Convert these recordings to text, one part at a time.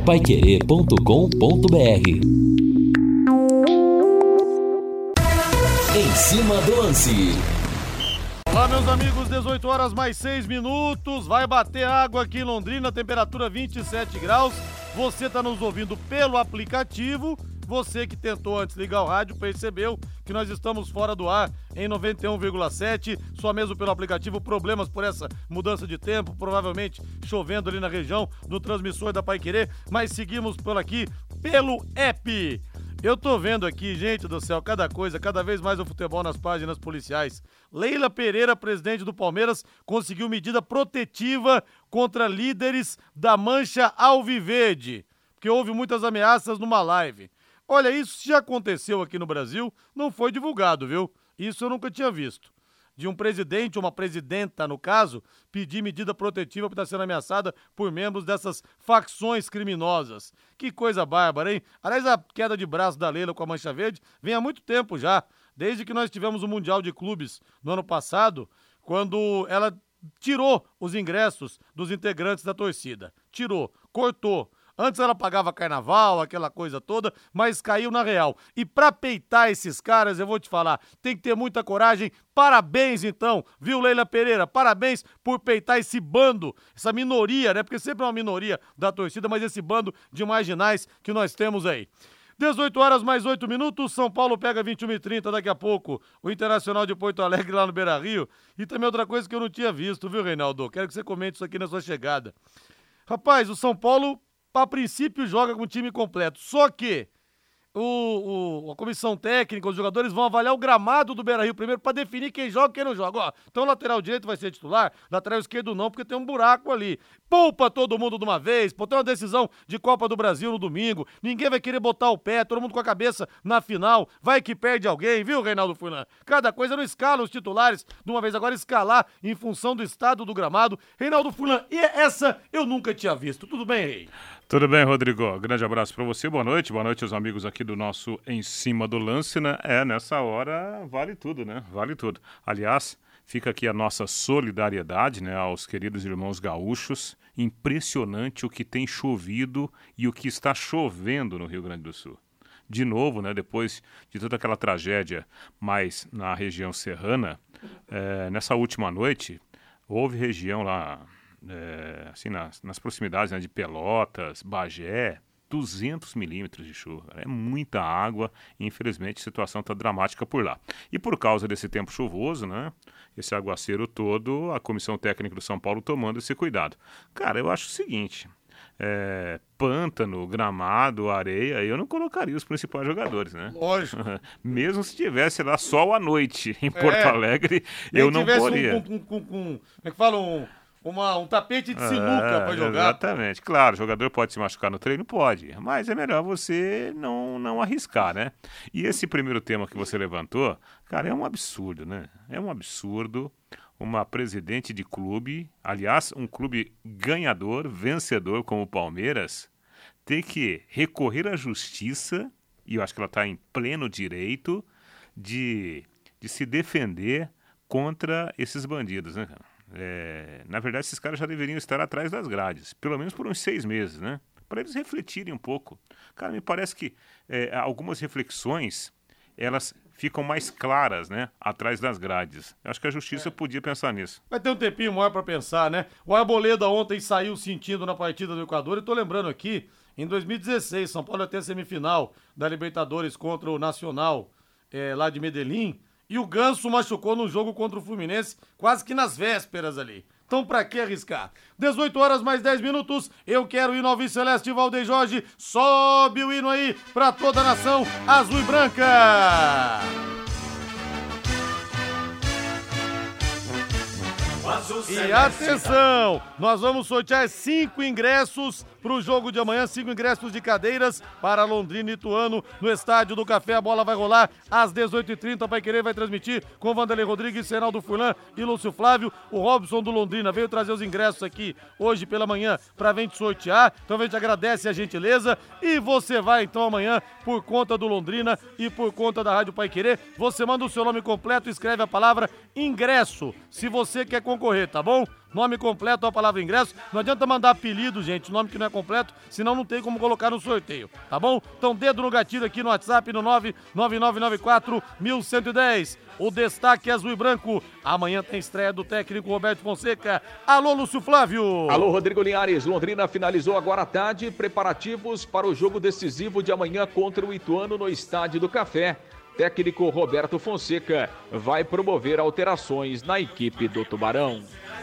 paiquerê.com.br. Em cima do lance. Olá, meus amigos, 18 horas mais 6 minutos. Vai bater água aqui em Londrina, temperatura 27 graus. Você está nos ouvindo pelo aplicativo. Você que tentou antes ligar o rádio percebeu que nós estamos fora do ar em 91,7, só mesmo pelo aplicativo. Problemas por essa mudança de tempo, provavelmente chovendo ali na região do transmissor da Paiquerê, mas seguimos por aqui pelo app. Eu tô vendo aqui, gente do céu, cada coisa, cada vez mais o futebol nas páginas policiais. Leila Pereira, presidente do Palmeiras, conseguiu medida protetiva contra líderes da Mancha Alviverde, porque houve muitas ameaças numa live. Olha, isso já aconteceu aqui no Brasil, não foi divulgado, viu? Isso eu nunca tinha visto. De um presidente ou uma presidenta, no caso, pedir medida protetiva por estar sendo ameaçada por membros dessas facções criminosas. Que coisa bárbara, hein? Aliás, a queda de braço da Leila com a Mancha Verde vem há muito tempo já, desde que nós tivemos o Mundial de Clubes no ano passado, quando ela tirou os ingressos dos integrantes da torcida. Tirou, cortou. Antes ela pagava carnaval, aquela coisa toda, mas caiu na real. E pra peitar esses caras, eu vou te falar, tem que ter muita coragem. Parabéns, então, viu, Leila Pereira? Parabéns por peitar esse bando, essa minoria, né? Porque sempre é uma minoria da torcida, mas esse bando de marginais que nós temos aí. 18 horas mais 8 minutos, São Paulo pega 21h30 daqui a pouco, o Internacional de Porto Alegre lá no Beira-Rio. E também outra coisa que eu não tinha visto, viu, Reinaldo? Quero que você comente isso aqui na sua chegada. Rapaz, o São Paulo, a princípio, joga com o time completo, só que a comissão técnica, os jogadores vão avaliar o gramado do Beira-Rio primeiro para definir quem joga e quem não joga. Ó, então o lateral direito vai ser titular, lateral esquerdo não, porque tem um buraco ali. Poupa todo mundo de uma vez, pô, tem uma decisão de Copa do Brasil no domingo, ninguém vai querer botar o pé, todo mundo com a cabeça na final, vai que perde alguém, viu, Reinaldo Furlan? Cada coisa não escala os titulares de uma vez, agora escalar em função do estado do gramado. Reinaldo Furlan, e essa eu nunca tinha visto. Tudo bem, Rei? Tudo bem, Rodrigo. Grande abraço para você, boa noite aos amigos aqui do nosso Em Cima do Lance, né? Nessa hora vale tudo, né? Vale tudo. Aliás, fica aqui a nossa solidariedade, né, aos queridos irmãos gaúchos. Impressionante o que tem chovido e o que está chovendo no Rio Grande do Sul. De novo, né, depois de toda aquela tragédia, mas na região serrana, nessa última noite, houve região lá, assim, nas proximidades, né, de Pelotas, Bagé, 200 milímetros de chuva. É muita água e, infelizmente, a situação está dramática por lá. E por causa desse tempo chuvoso, né, esse aguaceiro todo, a Comissão Técnica do São Paulo tomando esse cuidado. Cara, eu acho o seguinte, pântano, gramado, areia, eu não colocaria os principais jogadores, né? Lógico. Mesmo se tivesse lá sol à noite em Porto Alegre, eu não poria. Como é que fala? Um tapete de sinuca para jogar. Exatamente. Claro, o jogador pode se machucar no treino? Pode. Mas é melhor você não arriscar, né? E esse primeiro tema que você levantou, cara, é um absurdo, né? É um absurdo uma presidente de clube, aliás, um clube ganhador, vencedor como o Palmeiras, ter que recorrer à justiça, e eu acho que ela está em pleno direito, de se defender contra esses bandidos, né, cara? Na verdade, esses caras já deveriam estar atrás das grades, pelo menos por uns 6 meses, né? Para eles refletirem um pouco. Cara, me parece que algumas reflexões, elas ficam mais claras, né? Atrás das grades. Eu acho que a justiça podia pensar nisso. Vai ter um tempinho maior para pensar, né? O Arboleda ontem saiu sentindo na partida do Equador, e tô lembrando aqui, em 2016, São Paulo ia ter a semifinal da Libertadores contra o Nacional, lá de Medellín, e o Ganso machucou no jogo contra o Fluminense, quase que nas vésperas ali. Então pra que arriscar? 18 horas mais 10 minutos, eu quero ir no Alvim Celeste, Valdeir Jorge, sobe o hino aí pra toda a nação azul e branca! E atenção, nós vamos sortear 5 ingressos para o jogo de amanhã, 5 ingressos de cadeiras para Londrina e Ituano no Estádio do Café. A bola vai rolar às 18h30, a Paiquerê vai transmitir com Vanderlei Rodrigues, Reinaldo Furlan e Lúcio Flávio. O Robson do Londrina veio trazer os ingressos aqui hoje pela manhã para a gente sortear, então a gente agradece a gentileza e você vai então amanhã por conta do Londrina e por conta da Rádio Paiquerê. Você manda o seu nome completo, escreve a palavra ingresso. Se você quer concorrer concorrer, tá bom? Nome completo, a palavra ingresso. Não adianta mandar apelido, gente, nome que não é completo, senão não tem como colocar no sorteio, tá bom? Então, dedo no gatilho aqui no WhatsApp, no 99994-1110. O destaque é azul e branco. Amanhã tem estreia do técnico Roberto Fonseca. Alô, Lúcio Flávio. Alô, Rodrigo Linhares. Londrina finalizou agora à tarde preparativos para o jogo decisivo de amanhã contra o Ituano no Estádio do Café. Técnico Roberto Fonseca vai promover alterações na equipe do Tubarão.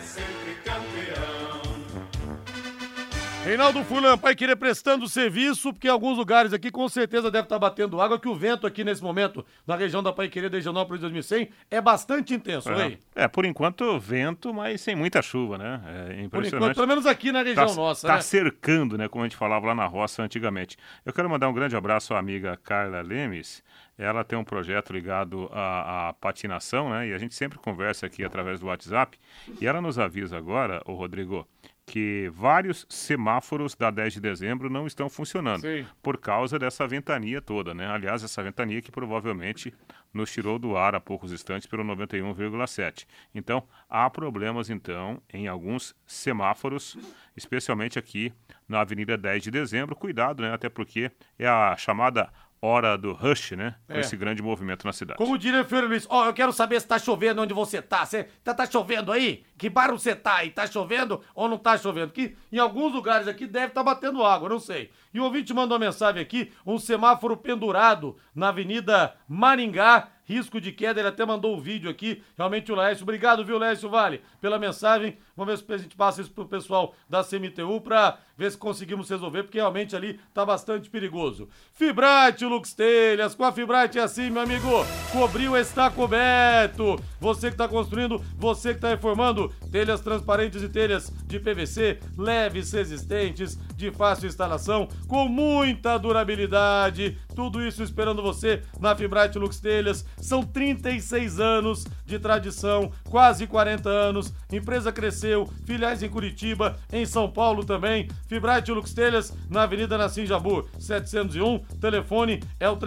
Reinaldo Fulan, Paiquerê prestando serviço, porque em alguns lugares aqui com certeza deve estar batendo água, que o vento aqui nesse momento, na região da Paiquerê de Higienópolis 2100, é bastante intenso, hein? Por enquanto vento, mas sem muita chuva, né? É impressionante. Por enquanto, pelo menos aqui na região nossa, né? Tá cercando, né? Como a gente falava lá na roça antigamente. Eu quero mandar um grande abraço à amiga Carla Lemes. Ela tem um projeto ligado à patinação, né? E a gente sempre conversa aqui através do WhatsApp. E ela nos avisa agora, ô Rodrigo, que vários semáforos da 10 de dezembro não estão funcionando. Sim. Por causa dessa ventania toda, né? Aliás, essa ventania que provavelmente nos tirou do ar há poucos instantes pelo 91,7. Então, há problemas, então, em alguns semáforos, especialmente aqui na Avenida 10 de dezembro. Cuidado, né? Até porque é a chamada hora do rush, né? Com esse grande movimento na cidade. Como diria o Fiore Luiz, eu quero saber se tá chovendo onde você tá. Você tá chovendo aí? Que bairro você tá aí? Tá chovendo ou não tá chovendo? Que em alguns lugares aqui deve estar batendo água, não sei. E o ouvinte mandou uma mensagem aqui, um semáforo pendurado na Avenida Maringá, risco de queda, ele até mandou um vídeo aqui, realmente o Laércio, obrigado, viu, Laércio Vale, pela mensagem, vamos ver se a gente passa isso pro pessoal da CMTU pra ver se conseguimos resolver, porque realmente ali tá bastante perigoso. Fibrate Lux Telhas, com a Fibrate é assim, meu amigo, cobriu, está coberto, você que tá construindo, você que tá reformando, telhas transparentes e telhas de PVC, leves, resistentes, de fácil instalação, com muita durabilidade, tudo isso esperando você na Fibrate Lux Telhas. São 36 anos de tradição, quase 40 anos, empresa cresceu, filiais em Curitiba, em São Paulo também. Fibrate Lux Telhas na Avenida Nassim Jabur 701, telefone é o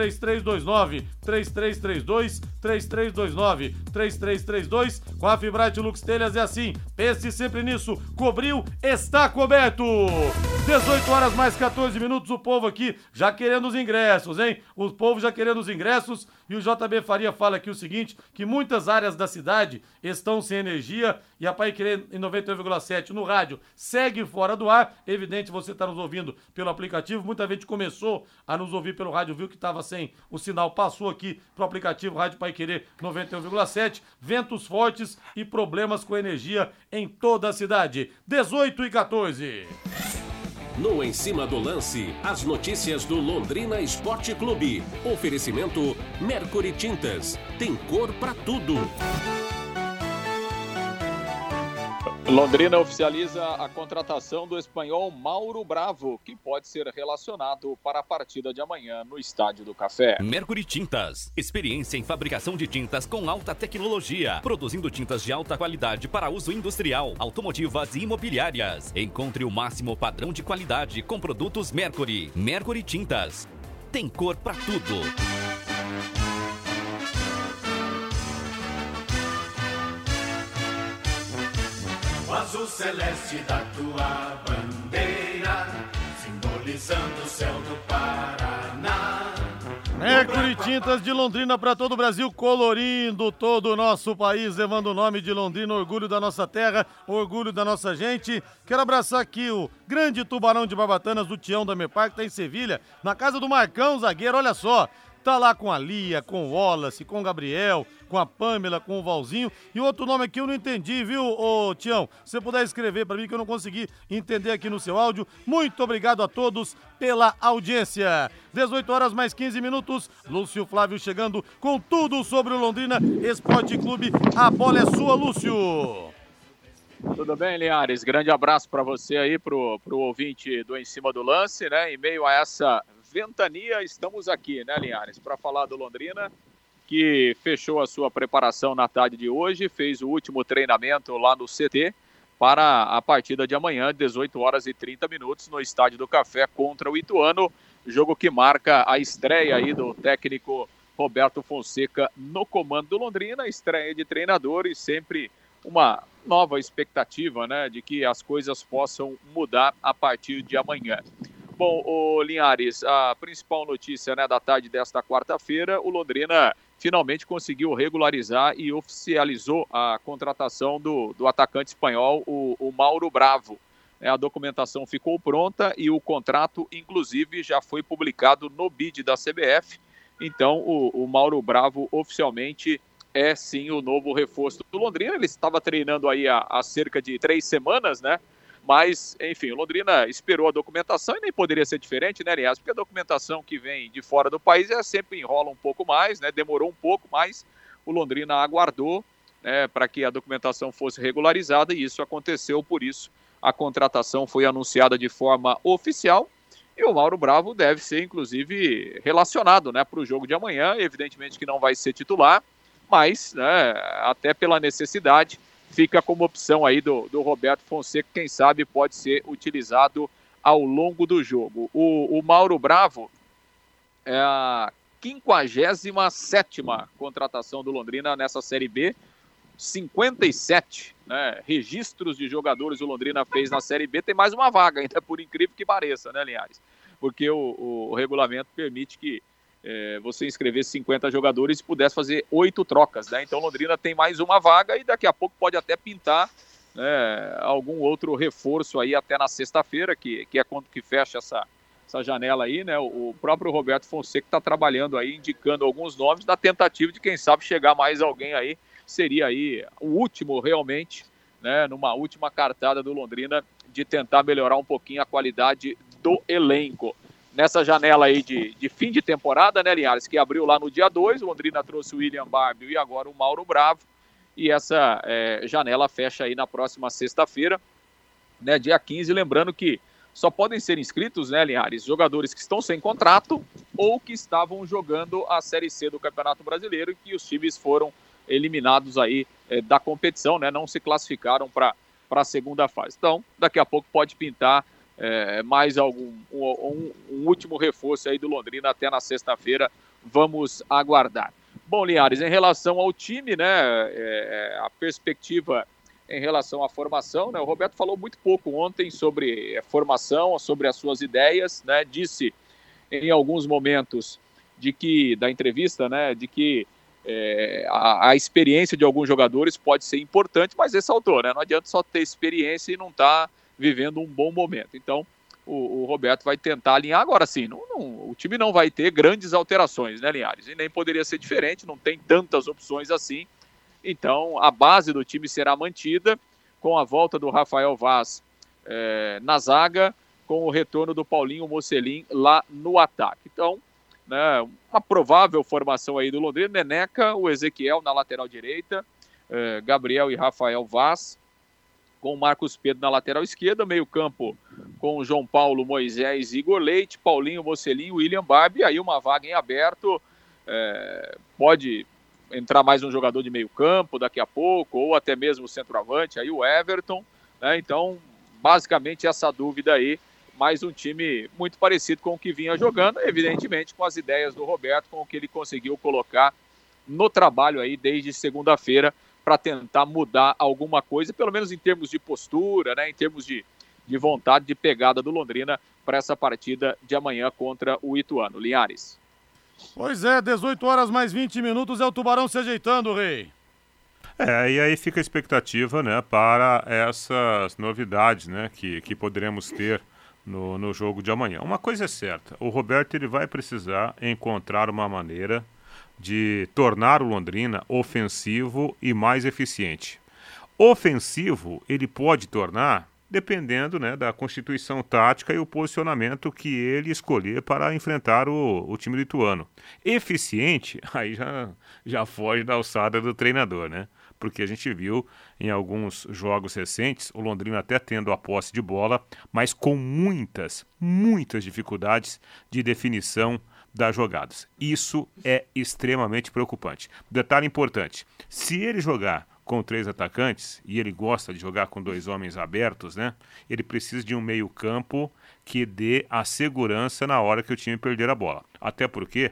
3329-3332-3329-3332. Com a Fibrate Lux Telhas é assim, pense sempre nisso, cobriu, está coberto. 18 horas mais 14 minutos, o povo aqui já querendo os ingressos, hein? O povo já querendo os ingressos e o JB Faria fala aqui o seguinte, que muitas áreas da cidade estão sem energia e a Paiquerê em 91,7 no rádio segue fora do ar. Evidente, você está nos ouvindo pelo aplicativo, muita gente começou a nos ouvir pelo rádio, viu que estava sem o sinal, passou aqui pro aplicativo Rádio Paiquerê 91,7, ventos fortes e problemas com energia em toda a cidade. 18 e 14. No Em Cima do Lance, as notícias do Londrina Esporte Clube. Oferecimento Mercury Tintas. Tem cor pra tudo. Londrina oficializa a contratação do espanhol Mauro Bravo, que pode ser relacionado para a partida de amanhã no Estádio do Café. Mercury Tintas. Experiência em fabricação de tintas com alta tecnologia. Produzindo tintas de alta qualidade para uso industrial, automotivas e imobiliárias. Encontre o máximo padrão de qualidade com produtos Mercury. Mercury Tintas. Tem cor pra tudo. O azul celeste da tua bandeira, simbolizando o céu do Paraná. Mercury Tintas de Londrina para todo o Brasil, colorindo todo o nosso país, levando o nome de Londrina, orgulho da nossa terra, orgulho da nossa gente. Quero abraçar aqui o grande tubarão de Barbatanas do Tião da Mepar, que tá em Sevilha, na casa do Marcão, zagueiro, olha só. Tá lá com a Lia, com o Wallace, com o Gabriel, com a Pâmela, com o Valzinho. E outro nome aqui eu não entendi, viu, ô Tião? Se você puder escrever pra mim que eu não consegui entender aqui no seu áudio. Muito obrigado a todos pela audiência. 18 horas mais 15 minutos. Lúcio Flávio chegando com tudo sobre o Londrina Esporte Clube. A bola é sua, Lúcio. Tudo bem, Linhares? Grande abraço para você aí, pro ouvinte do Em Cima do Lance, né? Em meio a essa ventania, estamos aqui, né, Linhares, para falar do Londrina, que fechou a sua preparação na tarde de hoje, fez o último treinamento lá no CT para a partida de amanhã, 18 horas e 30 minutos, no Estádio do Café contra o Ituano, jogo que marca a estreia aí do técnico Roberto Fonseca no comando do Londrina, estreia de treinador e sempre uma nova expectativa, né, de que as coisas possam mudar a partir de amanhã. Bom, o Linhares, a principal notícia, né, da tarde desta quarta-feira, o Londrina finalmente conseguiu regularizar e oficializou a contratação do atacante espanhol, o Mauro Bravo. A documentação ficou pronta e o contrato, inclusive, já foi publicado no BID da CBF. Então, o Mauro Bravo oficialmente é sim o novo reforço do Londrina. Ele estava treinando aí há cerca de 3 semanas, né? Mas, enfim, o Londrina esperou a documentação e nem poderia ser diferente, né, aliás, porque a documentação que vem de fora do país sempre enrola um pouco mais, né? Demorou um pouco, mas o Londrina aguardou, né, para que a documentação fosse regularizada e isso aconteceu, por isso a contratação foi anunciada de forma oficial. E o Mauro Bravo deve ser, inclusive, relacionado, né, para o jogo de amanhã. Evidentemente que não vai ser titular, mas, né, até pela necessidade, fica como opção aí do Roberto Fonseca, quem sabe pode ser utilizado ao longo do jogo. O Mauro Bravo é a 57ª contratação do Londrina nessa Série B, 57, né, registros de jogadores o Londrina fez na Série B, tem mais uma vaga ainda, por incrível que pareça, né, Linhares? Porque o regulamento permite que você inscrevesse 50 jogadores e pudesse fazer 8 trocas, né? Então Londrina tem mais uma vaga e daqui a pouco pode até pintar, né, algum outro reforço aí até na sexta-feira, que é quando que fecha essa janela aí, né? O próprio Roberto Fonseca está trabalhando aí, indicando alguns nomes na tentativa de, quem sabe, chegar mais alguém aí. Seria aí o último realmente, né, numa última cartada do Londrina, de tentar melhorar um pouquinho a qualidade do elenco. Nessa janela aí de fim de temporada, né, Linhares, que abriu lá no dia 2, o Londrina trouxe o William Barbio e agora o Mauro Bravo, e essa janela fecha aí na próxima sexta-feira, né, dia 15, lembrando que só podem ser inscritos, né, Linhares, jogadores que estão sem contrato ou que estavam jogando a Série C do Campeonato Brasileiro e que os times foram eliminados aí da competição, né, não se classificaram para a segunda fase. Então, daqui a pouco pode pintar mais um último reforço aí do Londrina até na sexta-feira, vamos aguardar. Bom, Linhares, em relação ao time, né, a perspectiva em relação à formação, né, o Roberto falou muito pouco ontem sobre formação, sobre as suas ideias, né, disse em alguns momentos da entrevista, né, de que a experiência de alguns jogadores pode ser importante, mas ressaltou, né, não adianta só ter experiência e não estar vivendo um bom momento. Então, o Roberto vai tentar alinhar. Agora sim, o time não vai ter grandes alterações, né, Linhares? E nem poderia ser diferente, não tem tantas opções assim. Então, a base do time será mantida, com a volta do Rafael Vaz na zaga, com o retorno do Paulinho Mocelin lá no ataque. Então, né, uma provável formação aí do Londrina: Neneca, o Ezequiel na lateral direita, Gabriel e Rafael Vaz, com o Marcos Pedro na lateral esquerda, meio campo com o João Paulo, Moisés, Igor Leite, Paulinho Mocelin, William Barbie, aí uma vaga em aberto, pode entrar mais um jogador de meio campo daqui a pouco, ou até mesmo o centroavante, aí o Everton, né? Então, basicamente essa dúvida aí, mais um time muito parecido com o que vinha jogando, evidentemente com as ideias do Roberto, com o que ele conseguiu colocar no trabalho aí desde segunda-feira, para tentar mudar alguma coisa, pelo menos em termos de postura, né, em termos de vontade, de pegada do Londrina para essa partida de amanhã contra o Ituano. Linhares. Pois é, 18 horas mais 20 minutos, é o Tubarão se ajeitando, Rei. E aí fica a expectativa, né, para essas novidades, né, que poderemos ter no jogo de amanhã. Uma coisa é certa, o Roberto ele vai precisar encontrar uma maneira de tornar o Londrina ofensivo e mais eficiente. Ofensivo ele pode tornar dependendo, né, da constituição tática e o posicionamento que ele escolher para enfrentar o time do Ituano. Eficiente, aí já foge da alçada do treinador, né? Porque a gente viu em alguns jogos recentes o Londrina até tendo a posse de bola, mas com muitas dificuldades de definição das jogadas. Isso é extremamente preocupante. Detalhe importante, se ele jogar com 3 atacantes, e ele gosta de jogar com 2 homens abertos, né? Ele precisa de um meio-campo que dê a segurança na hora que o time perder a bola. Até porque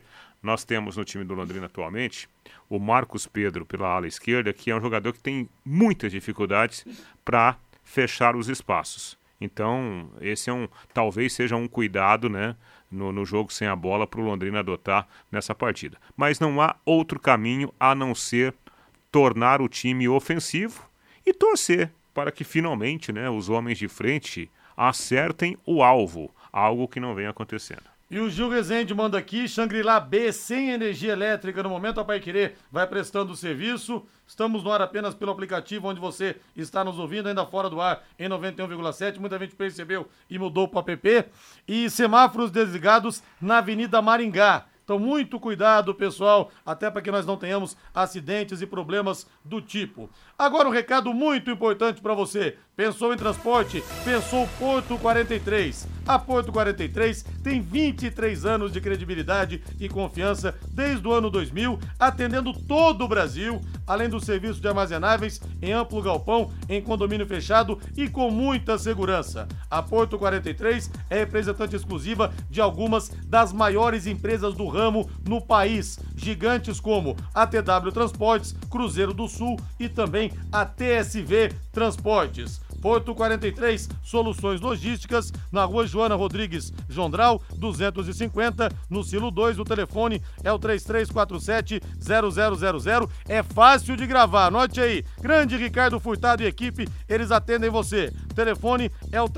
nós temos no time do Londrina atualmente o Marcos Pedro pela ala esquerda, que é um jogador que tem muitas dificuldades para fechar os espaços. Então, esse talvez seja um cuidado, né, no jogo sem a bola para o Londrina adotar nessa partida. Mas não há outro caminho a não ser tornar o time ofensivo e torcer para que finalmente, né, os homens de frente acertem o alvo, algo que não vem acontecendo. E o Gil Rezende manda aqui, Xangri-Lá B sem energia elétrica no momento, a Paiquerê vai prestando o serviço. Estamos no ar apenas pelo aplicativo onde você está nos ouvindo, ainda fora do ar em 91,7. Muita gente percebeu e mudou para o app. E semáforos desligados na Avenida Maringá. Então, muito cuidado, pessoal, até para que nós não tenhamos acidentes e problemas do tipo. Agora, um recado muito importante para você. Pensou em transporte? Pensou Porto 43. A Porto 43 tem 23 anos de credibilidade e confiança desde o ano 2000, atendendo todo o Brasil, além do serviço de armazenáveis em amplo galpão, em condomínio fechado e com muita segurança. A Porto 43 é representante exclusiva de algumas das maiores empresas do ramo no país, gigantes como a TW Transportes, Cruzeiro do Sul e também a TSV Transportes. Porto 43, soluções logísticas, na rua Joana Rodrigues Jondral, 250, no Silo 2, o telefone é o 3347-0000, é fácil de gravar, anote aí, grande Ricardo Furtado e equipe, eles atendem você, o telefone é o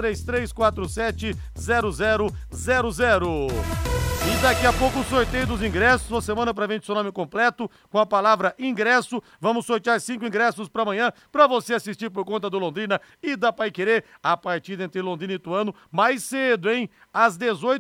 3347-0000. E daqui a pouco o sorteio dos ingressos, você manda pra gente seu nome completo, com a palavra ingresso, vamos sortear 5 ingressos pra amanhã, pra você assistir por conta do Londrina e da Paiquerê, a partida entre Londrina e Ituano, mais cedo, hein? Às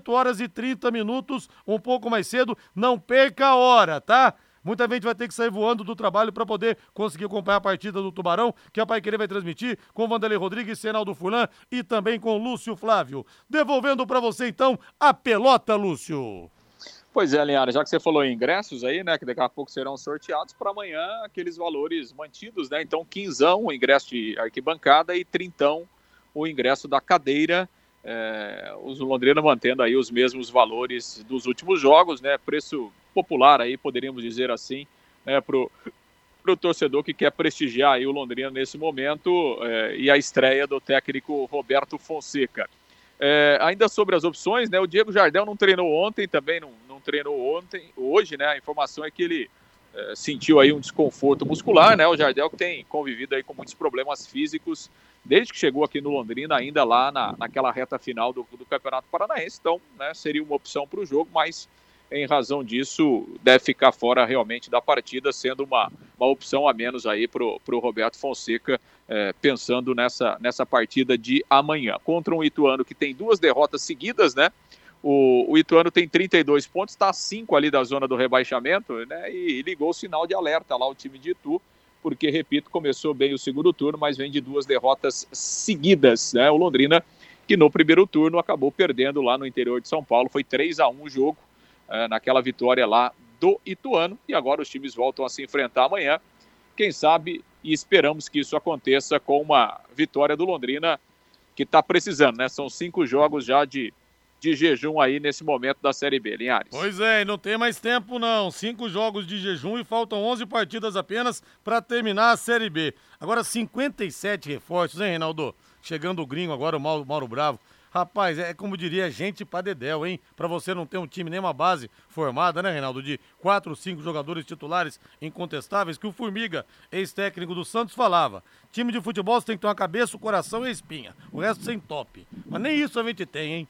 18h30, um pouco mais cedo, não perca a hora, tá? Muita gente vai ter que sair voando do trabalho para poder conseguir acompanhar a partida do Tubarão, que a Paiquerê vai transmitir com Vanderlei Rodrigues, Senaldo Furlan e também com Lúcio Flávio. Devolvendo para você, então, a pelota, Lúcio. Pois é, Linhares, já que você falou em ingressos aí, né, que daqui a pouco serão sorteados, para amanhã aqueles valores mantidos, né, então 15 o ingresso de arquibancada e 30 o ingresso da cadeira, os Londrina mantendo aí os mesmos valores dos últimos jogos, né, preço popular aí, poderíamos dizer assim, né, pro torcedor que quer prestigiar aí o Londrina nesse momento e a estreia do técnico Roberto Fonseca. Ainda sobre as opções, né, o Diego Jardel não treinou ontem, também não treinou hoje, né, a informação é que ele sentiu aí um desconforto muscular, né, o Jardel que tem convivido aí com muitos problemas físicos desde que chegou aqui no Londrina, ainda lá naquela reta final do Campeonato Paranaense, então, né, seria uma opção para o jogo, mas em razão disso deve ficar fora realmente da partida, sendo uma opção a menos aí para o Roberto Fonseca, pensando nessa partida de amanhã. Contra um Ituano que tem 2 derrotas seguidas, né? O Ituano tem 32 pontos, está a 5 ali da zona do rebaixamento, né? E ligou o sinal de alerta lá o time de Itu, porque, repito, começou bem o segundo turno, mas vem de 2 derrotas seguidas, né? O Londrina, que no primeiro turno acabou perdendo lá no interior de São Paulo, foi 3-1 o jogo, naquela vitória lá do Ituano, e agora os times voltam a se enfrentar amanhã, quem sabe, e esperamos que isso aconteça com uma vitória do Londrina, que está precisando, né? São 5 jogos já de jejum aí nesse momento da Série B, Linhares. Pois é, e não tem mais tempo não, 5 jogos de jejum e faltam 11 partidas apenas para terminar a Série B. Agora 57 reforços, hein, Reinaldo? Chegando o gringo agora, o Mauro Bravo. Rapaz, é como diria, gente pra dedéu, hein? Pra você não ter um time, nem uma base formada, né, Reinaldo? De 4 ou 5 jogadores titulares incontestáveis, que o Formiga, ex-técnico do Santos, falava. Time de futebol você tem que ter uma cabeça, o coração e a espinha. O resto sem top. Mas nem isso a gente tem, hein?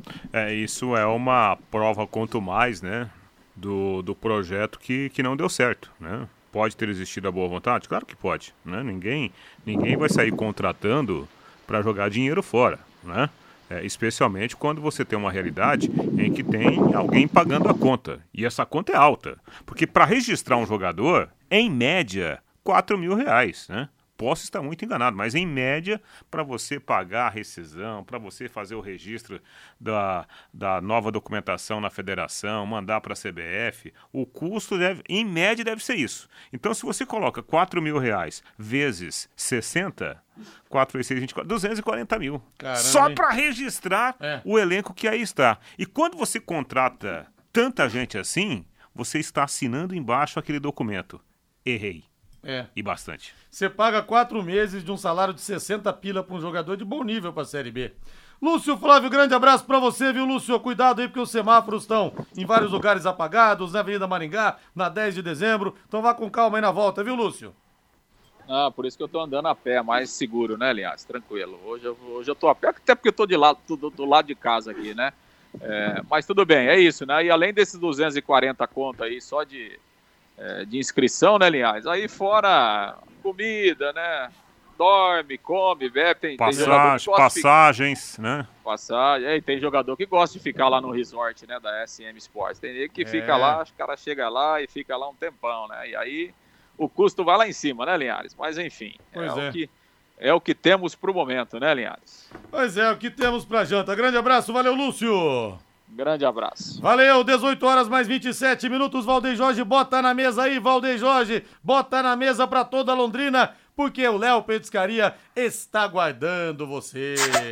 Isso é uma prova quanto mais, né, do projeto que não deu certo, né? Pode ter existido a boa vontade? Claro que pode, né? Ninguém vai sair contratando para jogar dinheiro fora, né? Especialmente quando você tem uma realidade em que tem alguém pagando a conta. E essa conta é alta. Porque para registrar um jogador, em média, R$4.000, né? Posso estar muito enganado, mas em média, para você pagar a rescisão, para você fazer o registro da nova documentação na federação, mandar para a CBF, o custo, em média, deve ser isso. Então, se você coloca R$4.000 vezes 60, 4 vezes 6, 24, 240 mil. Caramba, só para registrar o elenco que aí está. E quando você contrata tanta gente assim, você está assinando embaixo aquele documento. Errei. E bastante. Você paga 4 meses de um salário de 60 pila para um jogador de bom nível para a Série B. Lúcio Flávio, grande abraço para você, viu, Lúcio? Cuidado aí porque os semáforos estão em vários lugares apagados, na Avenida Maringá, na 10 de dezembro. Então vá com calma aí na volta, viu, Lúcio? Por isso que eu tô andando a pé, mais seguro, né, Linhares? Tranquilo. Hoje eu tô a pé, até porque eu tô do lado de casa aqui, né? Mas tudo bem, é isso, né? E além desses 240 conto aí só de inscrição, né, Linhares? Aí fora comida, né? Dorme, come, bebe, tem jogador que passagens, né? Tem jogador que gosta de ficar lá no resort, né, da SM Sports. Tem ele que fica lá, o cara chega lá e fica lá um tempão, né? E aí o custo vai lá em cima, né, Linhares? Mas enfim, é o que temos pro momento, né, Linhares? Pois é, o que temos pra janta. Grande abraço, valeu, Lúcio! Grande abraço. Valeu, 18 horas mais 27 minutos, Valdeir Jorge, bota na mesa aí, Valdeir Jorge, bota na mesa pra toda Londrina, porque o Léo Petiscaria está aguardando você.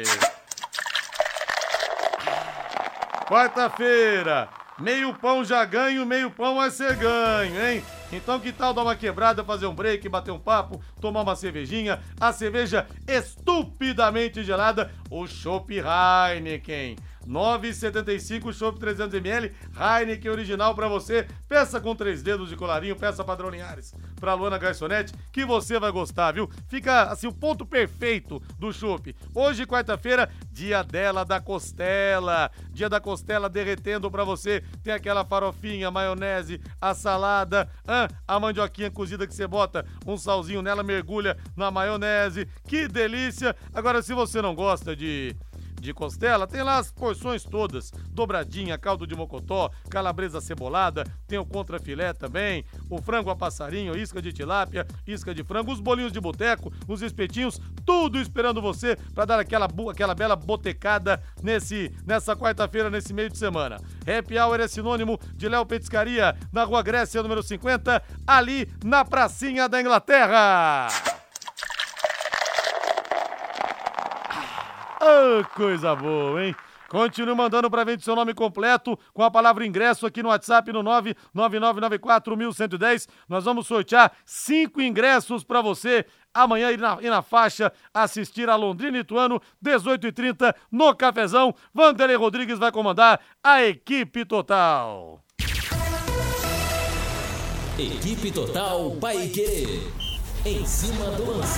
Quarta-feira, meio pão já ganho, meio pão vai ser ganho, hein? Então que tal dar uma quebrada, fazer um break, bater um papo, tomar uma cervejinha, a cerveja estupidamente gelada, o Chopp Heineken. 9,75 Chopp 300ml, Heineken original pra você. Peça com 3 dedos de colarinho, peça padrão Linhares pra Luana Garçonete, que você vai gostar, viu? Fica assim o ponto perfeito do Chopp. Hoje, quarta-feira, dia dela da costela. Dia da costela derretendo pra você. Tem aquela farofinha, maionese, a salada, a mandioquinha cozida que você bota um salzinho nela, mergulha na maionese. Que delícia! Agora, se você não gosta de costela, tem lá as porções todas, dobradinha, caldo de mocotó, calabresa cebolada, tem o contrafilé também, o frango a passarinho, isca de tilápia, isca de frango, os bolinhos de boteco, os espetinhos, tudo esperando você para dar aquela bela botecada nessa quarta-feira, nesse meio de semana. Happy Hour é sinônimo de Léo Petiscaria, na Rua Grécia, número 50, ali na pracinha da Inglaterra. Coisa boa, hein? Continue mandando pra gente seu nome completo com a palavra ingresso aqui no WhatsApp no 99994-1110. Nós vamos sortear 5 ingressos pra você amanhã ir na faixa assistir a Londrina e Ituano, 18h30 no Cafezão. Vanderlei Rodrigues vai comandar a equipe total. Equipe Total Paiquerê. Em cima do lance.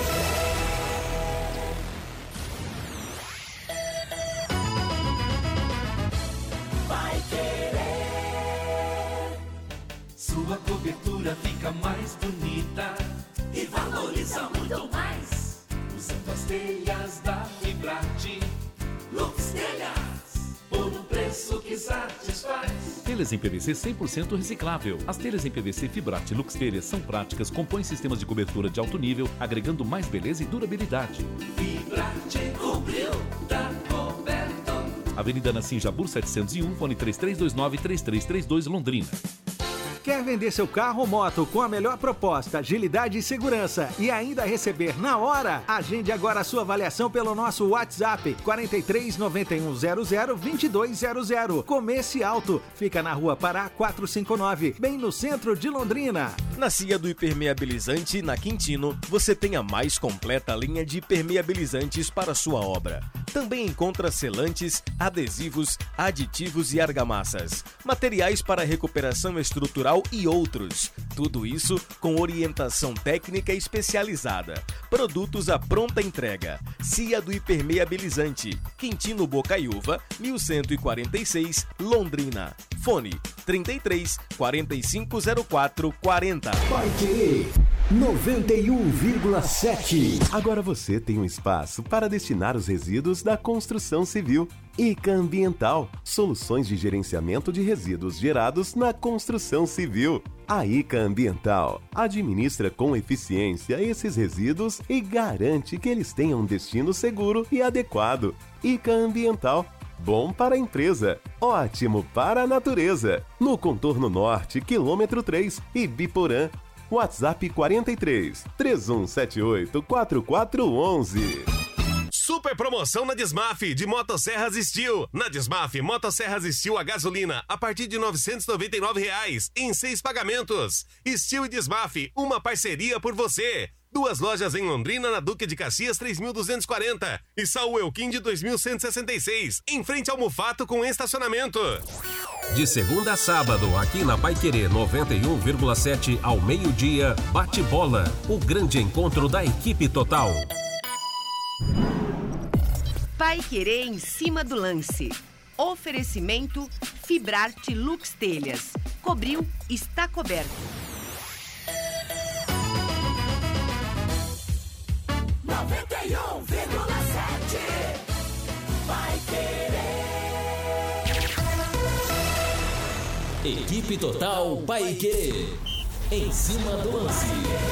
Sua cobertura fica mais bonita e valoriza muito mais. Usando as telhas da Fibrate, Lux Telhas, por um preço que satisfaz. Telhas em PVC 100% reciclável. As telhas em PVC Fibrate Lux Telhas são práticas, compõem sistemas de cobertura de alto nível, agregando mais beleza e durabilidade. Fibrate cobriu, tá coberto. Avenida Nassim Jabur 701, fone 3329-3332, Londrina. Quer vender seu carro ou moto com a melhor proposta, agilidade e segurança e ainda receber na hora? Agende agora a sua avaliação pelo nosso WhatsApp 43 91 00 2200. Comece Alto, fica na Rua Pará 459, bem no centro de Londrina. Na Cia do Impermeabilizante, na Quintino, você tem a mais completa linha de impermeabilizantes para sua obra. Também encontra selantes, adesivos, aditivos e argamassas, materiais para recuperação estrutural e outros. Tudo isso com orientação técnica especializada. Produtos à pronta entrega. Cia do Impermeabilizante, Quintino Bocaiúva, 1146, Londrina. Fone 33 4504 40. Paiquerê 91,7. Agora você tem um espaço para destinar os resíduos da construção civil. ICA Ambiental, soluções de gerenciamento de resíduos gerados na construção civil. A ICA Ambiental administra com eficiência esses resíduos e garante que eles tenham um destino seguro e adequado. ICA Ambiental, bom para a empresa, ótimo para a natureza. No Contorno Norte, quilômetro 3, Ibiporã. WhatsApp 43 3178 4411. Super promoção na Desmaf de Motosserras Steel. Na Desmaf, Motosserras Steel a gasolina a partir de R$ 999 em 6 pagamentos. Steel e Desmaf, uma parceria por você. 2 lojas em Londrina, na Duque de Caxias 3.240 e Saul Elquim 2166, em frente ao Mufato com estacionamento. De segunda a sábado, aqui na Paiquerê 91,7 ao meio-dia, bate-bola, o grande encontro da equipe total. Paiquerê em cima do lance. Oferecimento Fibrarte Lux Telhas. Cobriu, está coberto. 91,7 Paiquerê. Equipe total Paiquerê. Em cima do lance.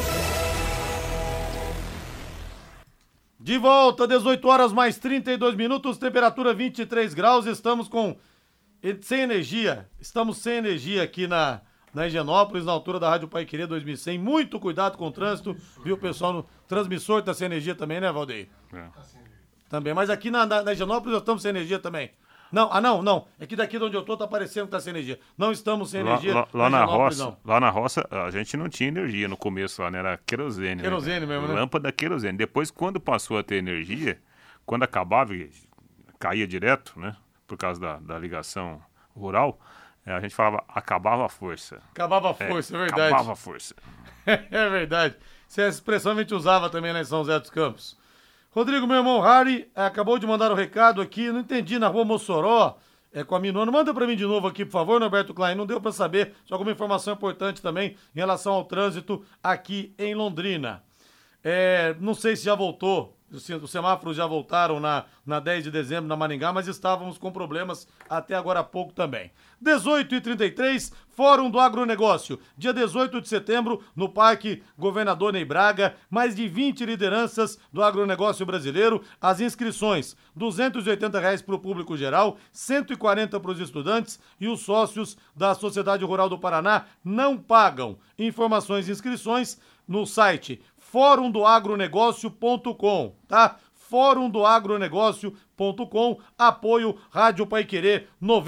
De volta, 18 horas mais 32 minutos, temperatura 23 graus, estamos sem energia. Estamos sem energia aqui na Higienópolis, na altura da Rádio Paiquerê 2100. Muito cuidado com o trânsito, viu, pessoal? No transmissor tá sem energia também, né, Valdeir? Também, mas aqui na Higienópolis nós estamos sem energia também. Não. É que daqui de onde eu tô tá parecendo que tá sem energia. Não estamos sem energia. Lá na roça, a gente não tinha energia no começo lá, né? Era querosene. Querosene mesmo, né? Lâmpada querosene. Depois, quando passou a ter energia, quando acabava, caía direto, né? Por causa da ligação rural, a gente falava, acabava a força. Acabava a força, é verdade. Acabava a força. É verdade. Essa expressão a gente usava também lá em São José dos Campos. Rodrigo, meu irmão Harry, acabou de mandar o recado aqui, não entendi, na rua Mossoró, com a Minuano. Manda pra mim de novo aqui, por favor, Norberto Klein, não deu pra saber, só alguma informação importante também em relação ao trânsito aqui em Londrina. Não sei se já voltou, os semáforos já voltaram na 10 de dezembro na Maringá, mas estávamos com problemas até agora há pouco também. 18h33, Fórum do Agronegócio. Dia 18 de setembro, no Parque Governador Ney Braga, mais de 20 lideranças do agronegócio brasileiro. As inscrições, R$ 280 para o público geral, 140 para os estudantes e os sócios da Sociedade Rural do Paraná não pagam. Informações e inscrições no site forumdoagronegócio.com, tá? forumdoagronegócio.com, apoio Rádio Paiquerê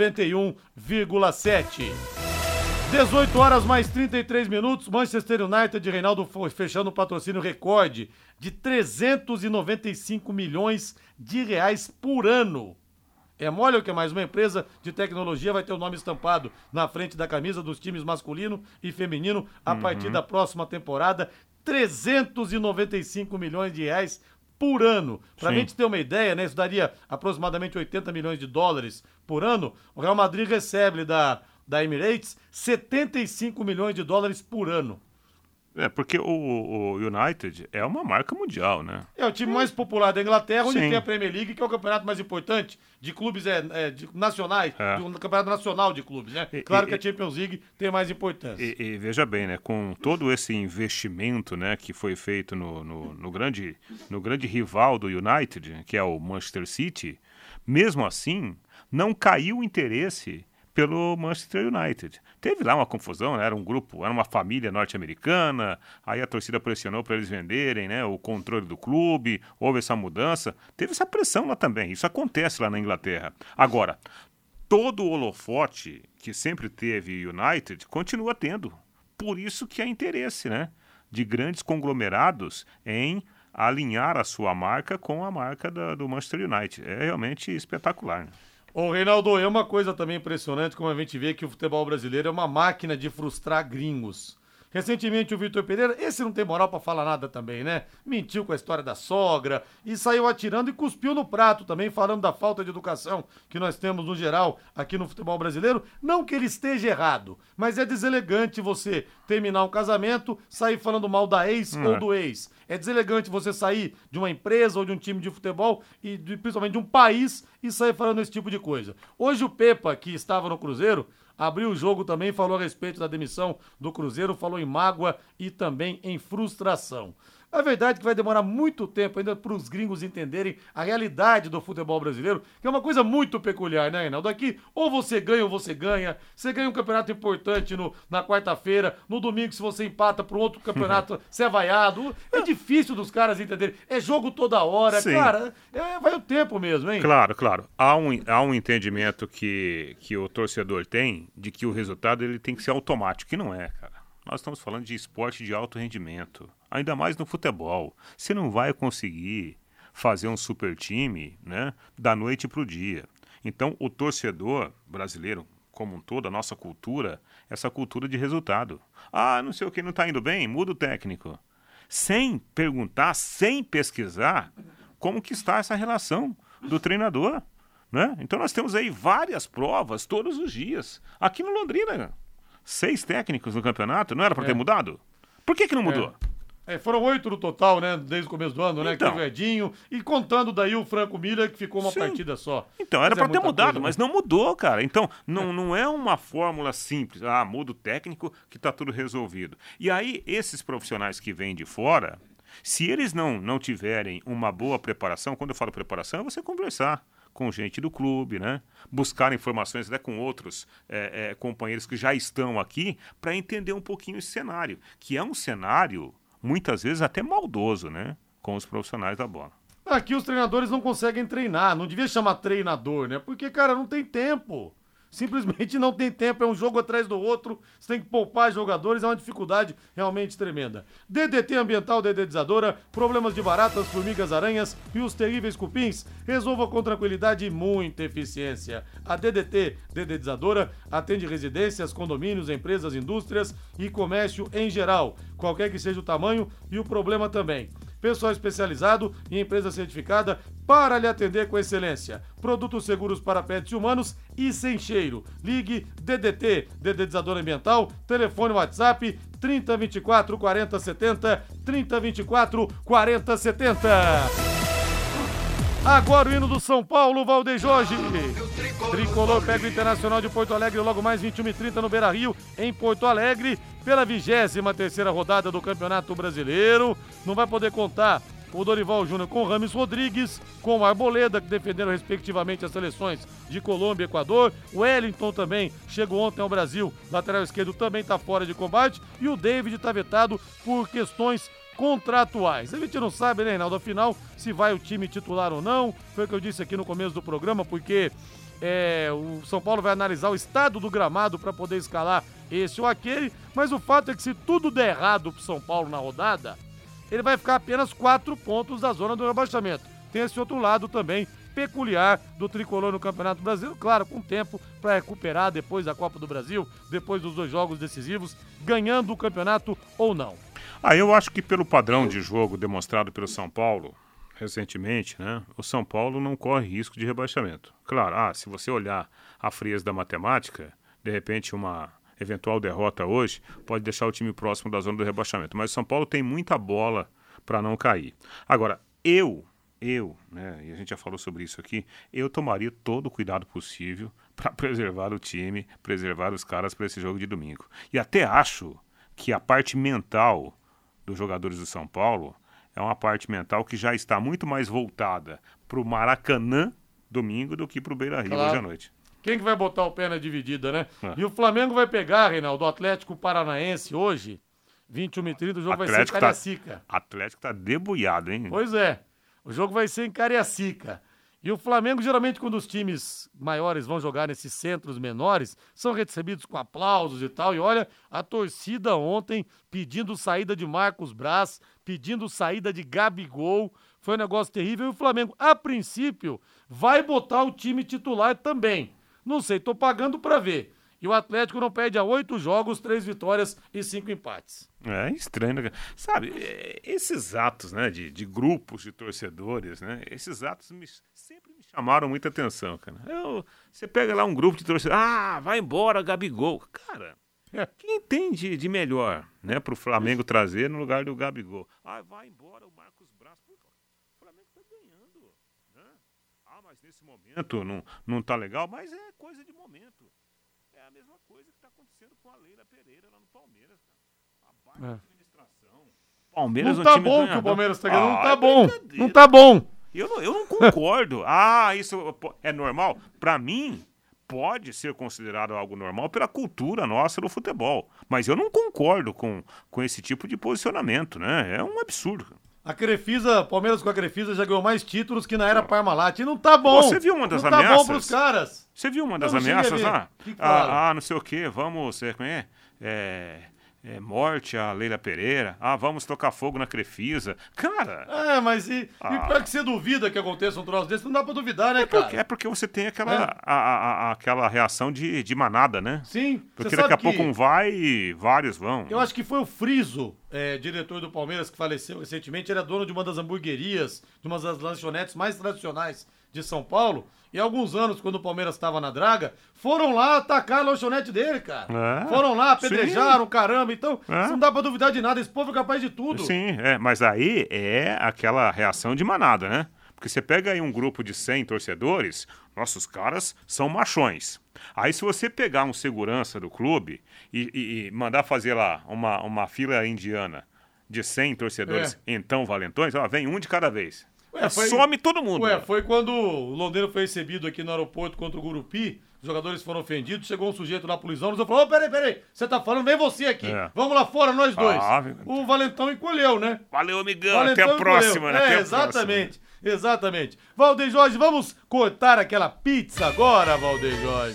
91,7. 18 horas mais 33 minutos, Manchester United de Reinaldo fechando o patrocínio recorde de 395 milhões de reais por ano. Mole o que mais? Uma empresa de tecnologia vai ter o nome estampado na frente da camisa dos times masculino e feminino a partir da próxima temporada. 395 milhões de reais por ano. Pra gente ter uma ideia, né? Isso daria aproximadamente 80 milhões de dólares por ano. O Real Madrid recebe da Emirates 75 milhões de dólares por ano. Porque o United é uma marca mundial, né? É o time mais popular da Inglaterra, onde tem a Premier League, que é o campeonato mais importante de clubes nacionais, do campeonato nacional de clubes, né? Claro que a Champions League tem mais importância. E veja bem, né? Com todo esse investimento, né, que foi feito no grande rival do United, que é o Manchester City, mesmo assim, não caiu o interesse pelo Manchester United. Teve lá uma confusão, né? Era um grupo, era uma família norte-americana, aí a torcida pressionou para eles venderem, né, o controle do clube, houve essa mudança, teve essa pressão lá também, isso acontece lá na Inglaterra. Agora, todo o holofote que sempre teve o United continua tendo, por isso que há interesse, né, de grandes conglomerados em alinhar a sua marca com a marca do Manchester United. É realmente espetacular, né? Ô, Reinaldo, é uma coisa também impressionante como a gente vê que o futebol brasileiro é uma máquina de frustrar gringos. Recentemente o Vitor Pereira, esse não tem moral pra falar nada também, né? Mentiu com a história da sogra e saiu atirando e cuspiu no prato também, falando da falta de educação que nós temos no geral aqui no futebol brasileiro. Não que ele esteja errado, mas é deselegante você terminar um casamento, sair falando mal da ex ou do ex. É deselegante você sair de uma empresa ou de um time de futebol e principalmente de um país e sair falando esse tipo de coisa. Hoje o Pepa, que estava no Cruzeiro, abriu o jogo também, falou a respeito da demissão do Cruzeiro, falou em mágoa e também em frustração. A verdade é que vai demorar muito tempo ainda para os gringos entenderem a realidade do futebol brasileiro, que é uma coisa muito peculiar, né, Reinaldo? Aqui, ou você ganha ou você ganha. Você ganha um campeonato importante na quarta-feira, no domingo, se você empata para um outro campeonato, você é vaiado. É difícil dos caras entenderem. É jogo toda hora. Sim. Cara, vai o tempo mesmo, hein? Claro. Há um entendimento que o torcedor tem de que o resultado ele tem que ser automático, que não é, cara. Nós estamos falando de esporte de alto rendimento, ainda mais no futebol. Você não vai conseguir fazer um super time, né, da noite para o dia. Então, o torcedor brasileiro, como um todo, a nossa cultura, essa cultura de resultado. Ah, não sei o que, não está indo bem, muda o técnico. Sem perguntar, sem pesquisar, como que está essa relação do treinador, né? Então, nós temos aí várias provas todos os dias. Aqui no Londrina, 6 técnicos no campeonato, não era para ter mudado? Por que não mudou? Foram 8 no total, né, desde o começo do ano, né, então, que o Edinho, e contando daí o Franco Miller, que ficou uma partida só. Então, era para ter mudado, mas não mudou, cara. Então, não é uma fórmula simples, muda o técnico que tá tudo resolvido. E aí, esses profissionais que vêm de fora, se eles não tiverem uma boa preparação, quando eu falo preparação, é você conversar com gente do clube, né? Buscar informações até com outros companheiros que já estão aqui para entender um pouquinho esse cenário, que é um cenário, muitas vezes, até maldoso, né? Com os profissionais da bola. Aqui os treinadores não conseguem treinar, não devia chamar treinador, né? Porque, cara, não tem tempo. Simplesmente não tem tempo, é um jogo atrás do outro, você tem que poupar jogadores, é uma dificuldade realmente tremenda. DDT Ambiental Dedetizadora, problemas de baratas, formigas, aranhas e os terríveis cupins, resolva com tranquilidade e muita eficiência. A DDT Dedetizadora atende residências, condomínios, empresas, indústrias e comércio em geral, qualquer que seja o tamanho e o problema também. Pessoal especializado e empresa certificada para lhe atender com excelência. Produtos seguros para pets e humanos e sem cheiro. Ligue DDT, Dedetizadora Ambiental, telefone WhatsApp 3024 4070, 3024 4070. Agora o hino do São Paulo, Valdeir Jorge. Tricolor pega o Internacional de Porto Alegre logo mais 21h30 no Beira-Rio, em Porto Alegre, pela 23ª rodada do Campeonato Brasileiro. Não vai poder contar o Dorival Júnior com o Rames Rodrigues, com o Arboleda, que defenderam respectivamente as seleções de Colômbia e Equador. O Wellington também chegou ontem ao Brasil, lateral esquerdo também está fora de combate. E o David está vetado por questões contratuais. A gente não sabe, né, Reinaldo, afinal, se vai o time titular ou não. Foi o que eu disse aqui no começo do programa, porque o São Paulo vai analisar o estado do gramado para poder escalar esse ou aquele, mas o fato é que se tudo der errado pro São Paulo na rodada, ele vai ficar apenas 4 pontos da zona do rebaixamento. Tem esse outro lado também peculiar do Tricolor no Campeonato Brasileiro, claro, com tempo para recuperar depois da Copa do Brasil, depois dos 2 jogos decisivos, ganhando o campeonato ou não. Eu acho que pelo padrão de jogo demonstrado pelo São Paulo recentemente, né, o São Paulo não corre risco de rebaixamento. Claro, se você olhar a frieza da matemática, de repente uma eventual derrota hoje pode deixar o time próximo da zona do rebaixamento. Mas o São Paulo tem muita bola para não cair. Agora, né, e a gente já falou sobre isso aqui, eu tomaria todo o cuidado possível para preservar o time, preservar os caras para esse jogo de domingo. E até acho que a parte mental dos jogadores do São Paulo é uma parte mental que já está muito mais voltada para o Maracanã domingo do que para o Beira-Rio hoje à noite. Quem que vai botar o pé na dividida, né? E o Flamengo vai pegar, Reinaldo, o Atlético Paranaense hoje, 21h30, o jogo vai ser em Cariacica. Atlético tá debulhado, hein? Pois é, o jogo vai ser em Cariacica. E o Flamengo, geralmente, quando os times maiores vão jogar nesses centros menores, são recebidos com aplausos e tal. E olha, a torcida ontem pedindo saída de Marcos Braz, pedindo saída de Gabigol. Foi um negócio terrível. E o Flamengo, a princípio, vai botar o time titular também. Não sei, tô pagando pra ver. E o Atlético não perde a 8 jogos, 3 vitórias e 5 empates. É estranho, né? Sabe, esses atos, né, de grupos de torcedores, né, esses atos sempre me chamaram muita atenção, cara. Você pega lá um grupo de torcedores, vai embora Gabigol. Cara, quem tem de melhor, né, pro Flamengo trazer no lugar do Gabigol? Vai embora o Marcos Braz. O Flamengo tá ganhando, né? Mas nesse momento não tá legal, mas é coisa de momento. É a mesma coisa que está acontecendo com a Leila Pereira lá no Palmeiras, cara. A baixa administração, Palmeiras não tá time bom ganhador. que o Palmeiras tá ganhando. Não tá bom. Não tá bom. Eu não concordo. Isso é normal? Pra mim, pode ser considerado algo normal pela cultura nossa do futebol. Mas eu não concordo com esse tipo de posicionamento, né? É um absurdo. A Crefisa, Palmeiras com a Crefisa já ganhou mais títulos que na era Parmalat. E não tá bom. Você viu uma das ameaças? Não tá bom pros caras. Você viu uma das ameaças lá? Não sei o quê, vamos... morte a Leila Pereira. Vamos tocar fogo na Crefisa. Cara... mas e pior que você duvida que aconteça um troço desse, não dá pra duvidar, né, cara? É porque você tem aquela reação de manada, né? Sim. Porque daqui a pouco um vai e vários vão. Eu acho que foi o Friso, diretor do Palmeiras, que faleceu recentemente. Ele é dono de uma das hamburguerias, de uma das lanchonetes mais tradicionais de São Paulo. E há alguns anos, quando o Palmeiras estava na draga, foram lá atacar a lanchonete dele, cara. Foram lá, apedrejaram, caramba. Então, não dá pra duvidar de nada. Esse povo é capaz de tudo. Sim, mas aí é aquela reação de manada, né? Porque você pega aí um grupo de 100 torcedores, nossos caras são machões. Aí se você pegar um segurança do clube e mandar fazer lá uma fila indiana de 100 torcedores, então valentões, vem um de cada vez. Some todo mundo. Foi quando o Londrina foi recebido aqui no aeroporto contra o Gurupi, os jogadores foram ofendidos, chegou um sujeito lá, polizão, e falou, peraí, você tá falando, vem você aqui, vamos lá fora, nós dois. O Valentão encolheu, né? Valeu, amigão, até a próxima, né? Exatamente. Valdeir Jorge, vamos cortar aquela pizza agora, Valdeir Jorge.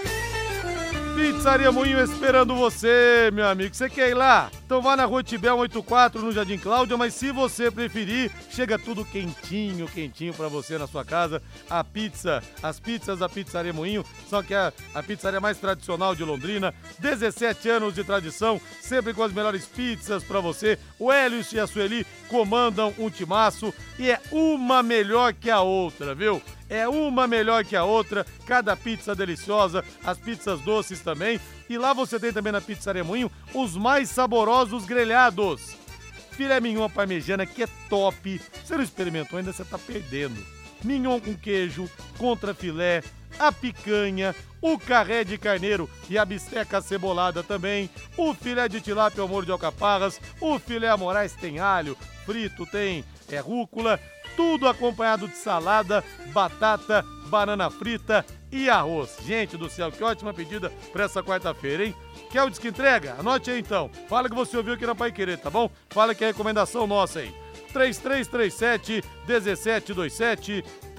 Pizzaria Moinho esperando você, meu amigo. Você quer ir lá? Então vá na Rua Tibel 84, no Jardim Cláudia, mas se você preferir, chega tudo quentinho pra você na sua casa. As pizzas da Pizzaria Moinho são a pizzaria mais tradicional de Londrina. 17 anos de tradição, sempre com as melhores pizzas pra você. O Hélio e a Sueli comandam um timaço e é uma melhor que a outra, viu? É uma melhor que a outra, cada pizza deliciosa, as pizzas doces também. E lá você tem também na Pizzaria Moinho os mais saborosos grelhados. Filé mignon parmegiana que é top. Você não experimentou ainda, você tá perdendo. Mignon com queijo, contra filé, a picanha, o carré de carneiro e a bisteca cebolada também, o filé de tilápia ao molho de alcaparras, o filé a Moraes tem alho, frito tem rúcula, tudo acompanhado de salada, batata, banana frita e arroz. Gente do céu, que ótima pedida para essa quarta-feira, hein? Quer o Disque Entrega? Anote aí então. Fala que você ouviu aqui na Paiquerê, tá bom? Fala que é recomendação nossa aí. 3337-1727,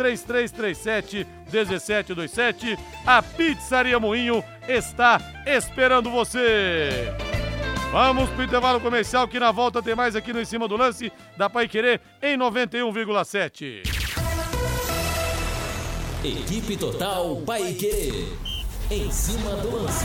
3337-1727. A Pizzaria Moinho está esperando você. Vamos pro intervalo comercial que na volta tem mais aqui no Em Cima do Lance da Paiquerê em 91,7. Equipe Total Paiquerê. Em Cima do Lance.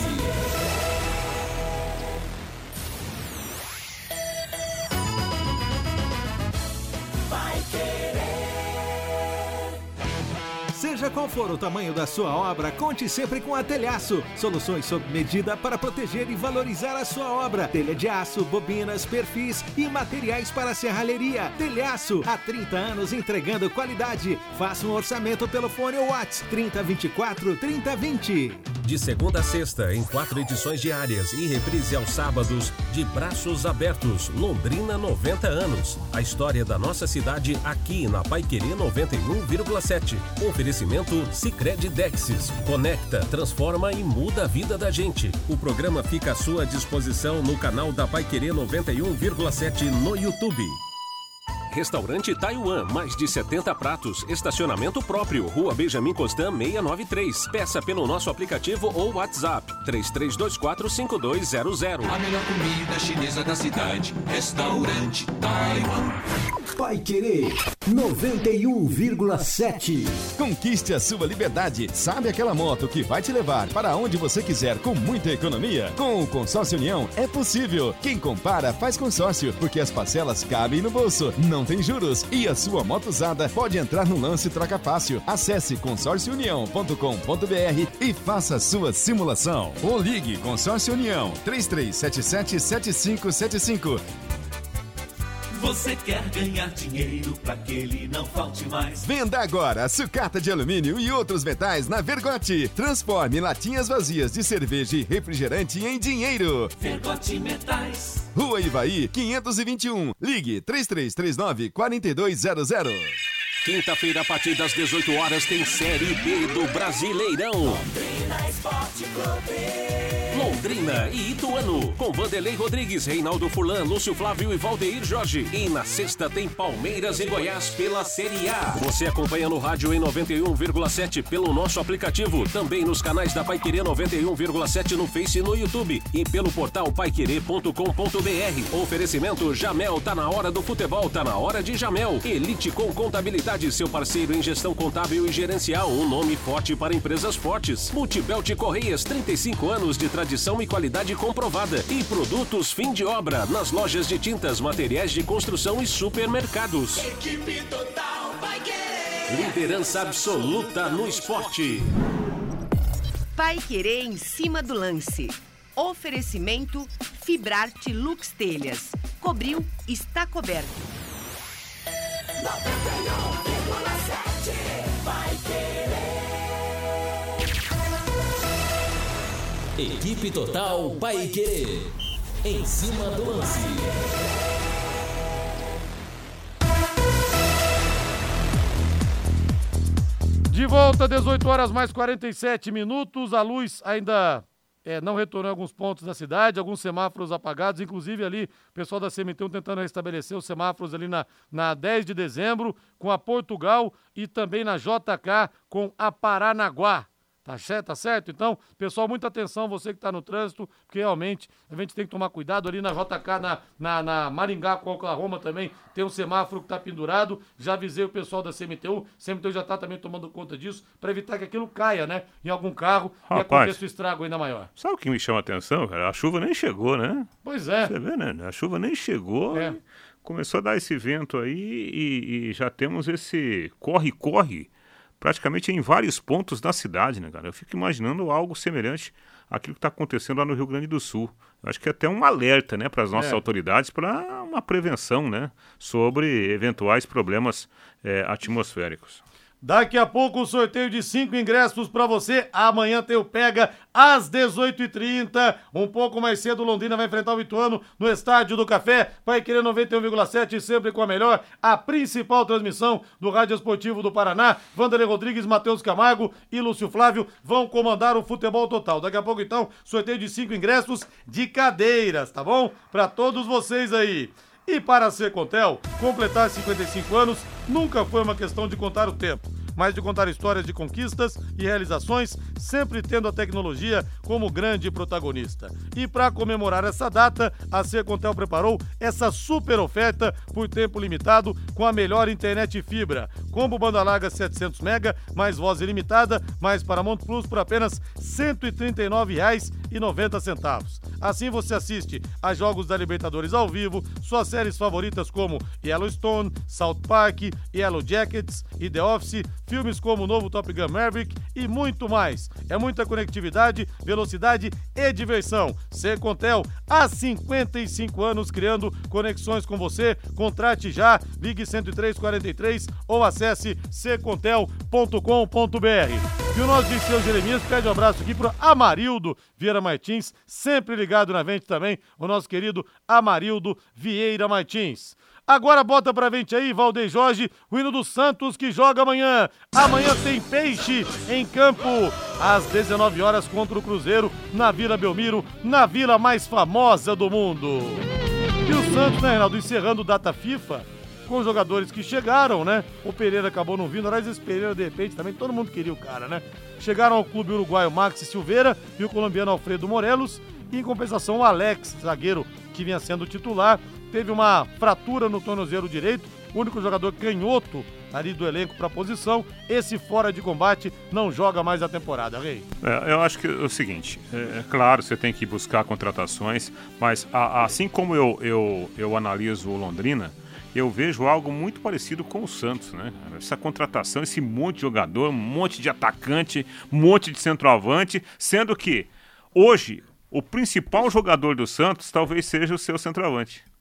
Seja qual for o tamanho da sua obra, conte sempre com a Telhaço. Soluções sob medida para proteger e valorizar a sua obra. Telha de aço, bobinas, perfis e materiais para serralheria. Telhaço, há 30 anos entregando qualidade. Faça um orçamento pelo fone ou WhatsApp 3024-3020. De segunda a sexta, em 4 edições diárias e reprise aos sábados, de Braços Abertos, Londrina 90 anos. A história da nossa cidade aqui na Paiquerê 91,7. Oferecimento Sicredi Dexis. Conecta, transforma e muda a vida da gente. O programa fica à sua disposição no canal da Paiquerê 91,7 no YouTube. Restaurante Taiwan, mais de 70 pratos, estacionamento próprio, Rua Benjamin Constant 693. Peça pelo nosso aplicativo ou WhatsApp 33245200. A melhor comida chinesa da cidade, Restaurante Taiwan. Paiquerê 91,7. Conquiste a sua liberdade. Sabe aquela moto que vai te levar para onde você quiser com muita economia? Com o Consórcio União é possível. Quem compara faz consórcio, porque as parcelas cabem no bolso. Não tem juros e a sua moto usada pode entrar no lance Troca Fácil. Acesse consórciounião.com.br e faça sua simulação. Ou ligue Consórcio União 3377-7575. Você quer ganhar dinheiro pra que ele não falte mais. Venda agora sucata de alumínio e outros metais na Vergote. Transforme latinhas vazias de cerveja e refrigerante em dinheiro. Vergote Metais. Rua Ivaí, 521. Ligue 3339-4200. Quinta-feira, a partir das 18 horas, tem Série B do Brasileirão. Londrina Esporte Clube. Londrina e Ituano, com Vanderlei Rodrigues, Reinaldo Furlan, Lúcio Flávio e Valdeir Jorge. E na sexta tem Palmeiras e Goiás pela Série A. Você acompanha no rádio em 91,7 pelo nosso aplicativo, também nos canais da Paiquerê 91,7 no Face e no YouTube e pelo portal paiquerê.com.br. Oferecimento Jamel, tá na hora do futebol, tá na hora de Jamel. Elite com Contabilidade, seu parceiro em gestão contábil e gerencial, um nome forte para empresas fortes. Multibelt Correias, 35 anos de tradição e qualidade comprovada. E produtos fim de obra nas lojas de tintas, materiais de construção e supermercados. Equipe total Paiquerê. Liderança absoluta no esporte. Paiquerê em cima do lance. Oferecimento Fibrarte Lux Telhas. Cobriu, está coberto. 91,7 Paiquerê. Equipe Total Paiquerê. Em cima do lance. De volta, 18 horas mais 47 minutos. A luz ainda não retornou em alguns pontos da cidade, alguns semáforos apagados, inclusive ali o pessoal da CMTU tentando restabelecer os semáforos ali na 10 de dezembro, com a Portugal e também na JK com a Paranaguá. Tá certo? Então, pessoal, muita atenção, você que está no trânsito, porque realmente a gente tem que tomar cuidado ali na JK, na Maringá com Oklahoma também, tem um semáforo que está pendurado, já avisei o pessoal da CMTU já está também tomando conta disso, para evitar que aquilo caia, né, em algum carro e aconteça um estrago ainda maior. Sabe o que me chama a atenção, cara? A chuva nem chegou, né? Pois é. Você vê, né? A chuva nem chegou, começou a dar esse vento aí e já temos esse corre-corre praticamente em vários pontos da cidade, né, cara? Eu fico imaginando algo semelhante àquilo que está acontecendo lá no Rio Grande do Sul. Eu acho que é até um alerta, né, para as nossas autoridades, para uma prevenção, né, sobre eventuais problemas atmosféricos. Daqui a pouco o sorteio de 5 ingressos para você. Amanhã tem o Pega às 18h30. Um pouco mais cedo, Londrina vai enfrentar o Ituano no Estádio do Café. Paiquerê 91,7, sempre com a melhor. A principal transmissão do Rádio Esportivo do Paraná. Vanderlei Rodrigues, Matheus Camargo e Lúcio Flávio vão comandar o futebol total. Daqui a pouco, então, sorteio de 5 ingressos de cadeiras, tá bom? Para todos vocês aí. E para a Secontel, completar 55 anos nunca foi uma questão de contar o tempo, mas de contar histórias de conquistas e realizações, sempre tendo a tecnologia como grande protagonista. E para comemorar essa data, a Secontel preparou essa super oferta por tempo limitado com a melhor internet fibra. Combo banda larga 700 mega, mais voz ilimitada, mais Paramount Plus por apenas R$ 139,90. Assim você assiste a jogos da Libertadores ao vivo, suas séries favoritas como Yellowstone, South Park, Yellow Jackets e The Office, filmes como o novo Top Gun Maverick e muito mais. É muita conectividade, velocidade e diversão. Secontel, há 55 anos criando conexões com você. Contrate já, ligue 10343 ou acesse secontel.com.br. E o nosso Dirceu Jeremias pede um abraço aqui para Amarildo Vieira Martins, sempre ligado na gente também, o nosso querido Amarildo Vieira Martins. Agora bota pra frente aí, Valdeir Jorge, o hino do Santos que joga amanhã. Amanhã tem Peixe em campo, às 19 horas contra o Cruzeiro, na Vila Belmiro, na vila mais famosa do mundo. E o Santos, né, Reinaldo, encerrando data FIFA, com jogadores que chegaram, né? O Pereira acabou não vindo, aliás, esse Pereira, de repente, também todo mundo queria o cara, né? Chegaram ao clube uruguaio Maxi Silveira e o colombiano Alfredo Morelos, e em compensação o Alex, zagueiro que vinha sendo titular, teve uma fratura no tornozelo direito, o único jogador canhoto ali do elenco para a posição, esse fora de combate não joga mais a temporada, Rei. Eu acho que é o seguinte, é claro, você tem que buscar contratações, mas assim como eu analiso o Londrina, eu vejo algo muito parecido com o Santos, né? Essa contratação, esse monte de jogador, um monte de atacante, um monte de centroavante, sendo que hoje o principal jogador do Santos talvez seja o seu centroavante.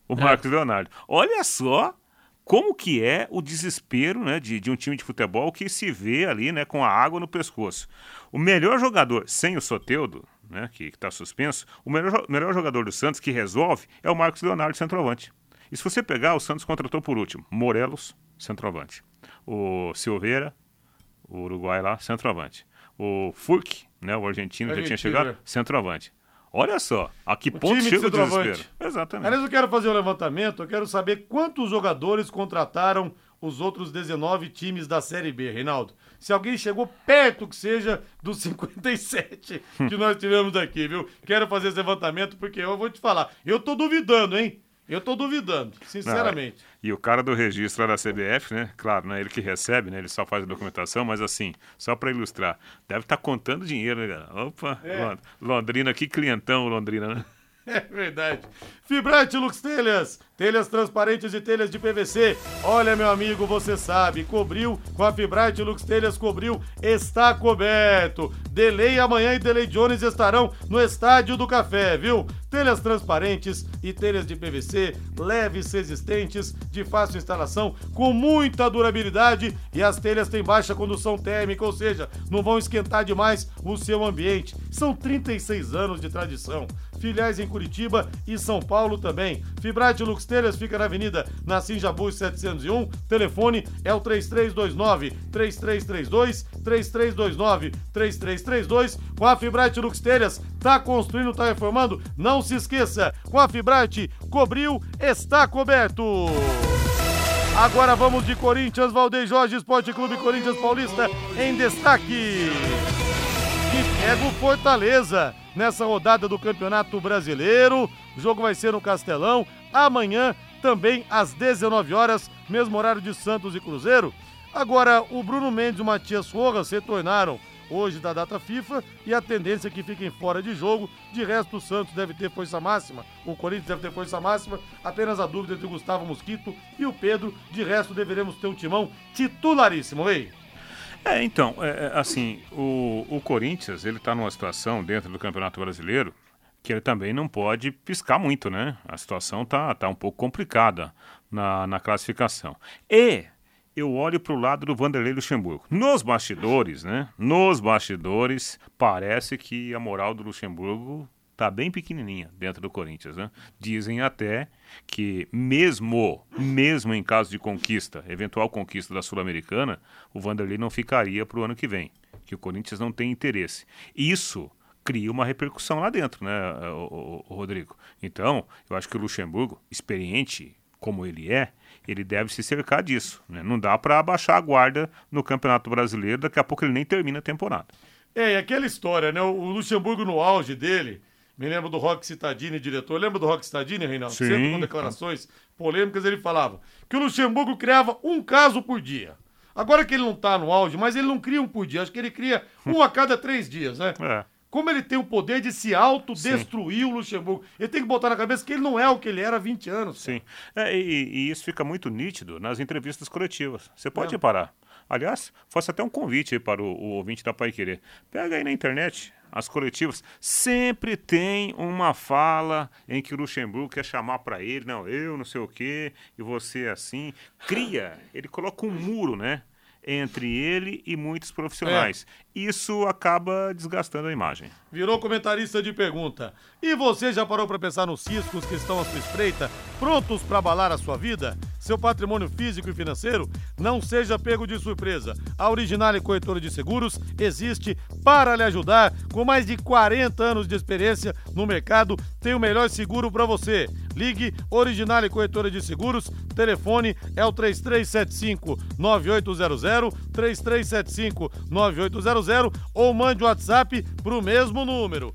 o Marcos Leonardo. Olha só como que é o desespero, né, de um time de futebol que se vê ali, né, com a água no pescoço. O melhor jogador, sem o Soteldo, né, que está suspenso, o melhor jogador do Santos que resolve é o Marcos Leonardo, centroavante. E se você pegar, o Santos contratou por último Morelos, centroavante. O Silveira, o uruguai lá, centroavante. O Furk, né, o argentino que já tinha chegado, centroavante. Olha só, a que ponto chega o desespero. Exatamente. Aliás, eu quero fazer um levantamento, eu quero saber quantos jogadores contrataram os outros 19 times da Série B, Reinaldo. Se alguém chegou perto que seja dos 57 que nós tivemos aqui, viu? Quero fazer esse levantamento porque eu vou te falar, eu tô duvidando, hein? Eu tô duvidando, sinceramente. Não, e o cara do registro lá da CBF, né? Claro, não é ele que recebe, né? Ele só faz a documentação, mas assim, só para ilustrar, deve estar contando dinheiro, né, cara? Opa, Londrina, que clientão Londrina, né? É verdade. Fibrate Lux Telhas, telhas transparentes e telhas de PVC. Olha, meu amigo, você sabe, cobriu com a Fibrate Lux Telhas, cobriu, está coberto. Delay amanhã e Delay Jones estarão no Estádio do Café, viu? Telhas transparentes e telhas de PVC, leves, resistentes, de fácil instalação, com muita durabilidade, e as telhas têm baixa condução térmica, ou seja, não vão esquentar demais o seu ambiente. São 36 anos de tradição. Filiais em Curitiba e São Paulo também. Fibrate Lux Telhas fica na Avenida Nassim Jabus 701. Telefone é o 3329-3332, 3329-3332. Com a Fibrate Lux Telhas, tá construindo, tá reformando? Não se esqueça, com a Fibrate, cobriu, está coberto. Agora vamos de Corinthians, Valdeir Jorge, Esporte Clube Corinthians Paulista em destaque. Que pega o Fortaleza nessa rodada do Campeonato Brasileiro. O jogo vai ser no Castelão, amanhã também às 19 horas, mesmo horário de Santos e Cruzeiro. Agora, o Bruno Mendes e o Matias Rojas retornaram hoje da data FIFA e a tendência é que fiquem fora de jogo. De resto, o Santos deve ter força máxima, o Corinthians deve ter força máxima, apenas a dúvida entre o Gustavo Mosquito e o Pedro. De resto, deveremos ter um timão titularíssimo, hein? Então, assim, o Corinthians, ele tá numa situação dentro do Campeonato Brasileiro que ele também não pode piscar muito, né? A situação tá um pouco complicada na classificação. E eu olho pro lado do Vanderlei Luxemburgo. Nos bastidores, né? Nos bastidores, parece que a moral do Luxemburgo tá bem pequenininha dentro do Corinthians, né? Dizem até que mesmo em caso de conquista, eventual conquista da Sul-Americana, o Vanderlei não ficaria pro ano que vem, que o Corinthians não tem interesse. Isso cria uma repercussão lá dentro, né, o Rodrigo? Então, eu acho que o Luxemburgo, experiente como ele é, ele deve se cercar disso, né? Não dá para abaixar a guarda no Campeonato Brasileiro, daqui a pouco ele nem termina a temporada. E aquela história, né? O Luxemburgo no auge dele, me lembro do Roque Cittadini, diretor. Lembra do Roque Cittadini, Reinaldo? Sim. Sempre com declarações polêmicas, ele falava que o Luxemburgo criava um caso por dia. Agora que ele não tá no auge, mas ele não cria um por dia, acho que ele cria um a cada 3 dias, né? Como ele tem o poder de se autodestruir, o Luxemburgo. Ele tem que botar na cabeça que ele não é o que ele era há 20 anos. Sim. E isso fica muito nítido nas entrevistas coletivas. Você pode reparar. Aliás, faço até um convite aí para o ouvinte da Pai Querer. Pega aí na internet as coletivas. Sempre tem uma fala em que o Luxemburgo quer chamar para ele. Não, eu não sei o quê, e você assim. Ele coloca um muro, né? Entre ele e muitos profissionais. Isso acaba desgastando a imagem. Virou comentarista de pergunta. E você já parou para pensar nos riscos que estão à sua espreita, prontos para abalar a sua vida? Seu patrimônio físico e financeiro? Não seja pego de surpresa. A Originale Corretora de Seguros existe para lhe ajudar. Com mais de 40 anos de experiência no mercado, tem o melhor seguro para você. Ligue Originale Corretora de Seguros. Telefone é o 3375-9800, 3375-9800, ou mande o WhatsApp para o mesmo número,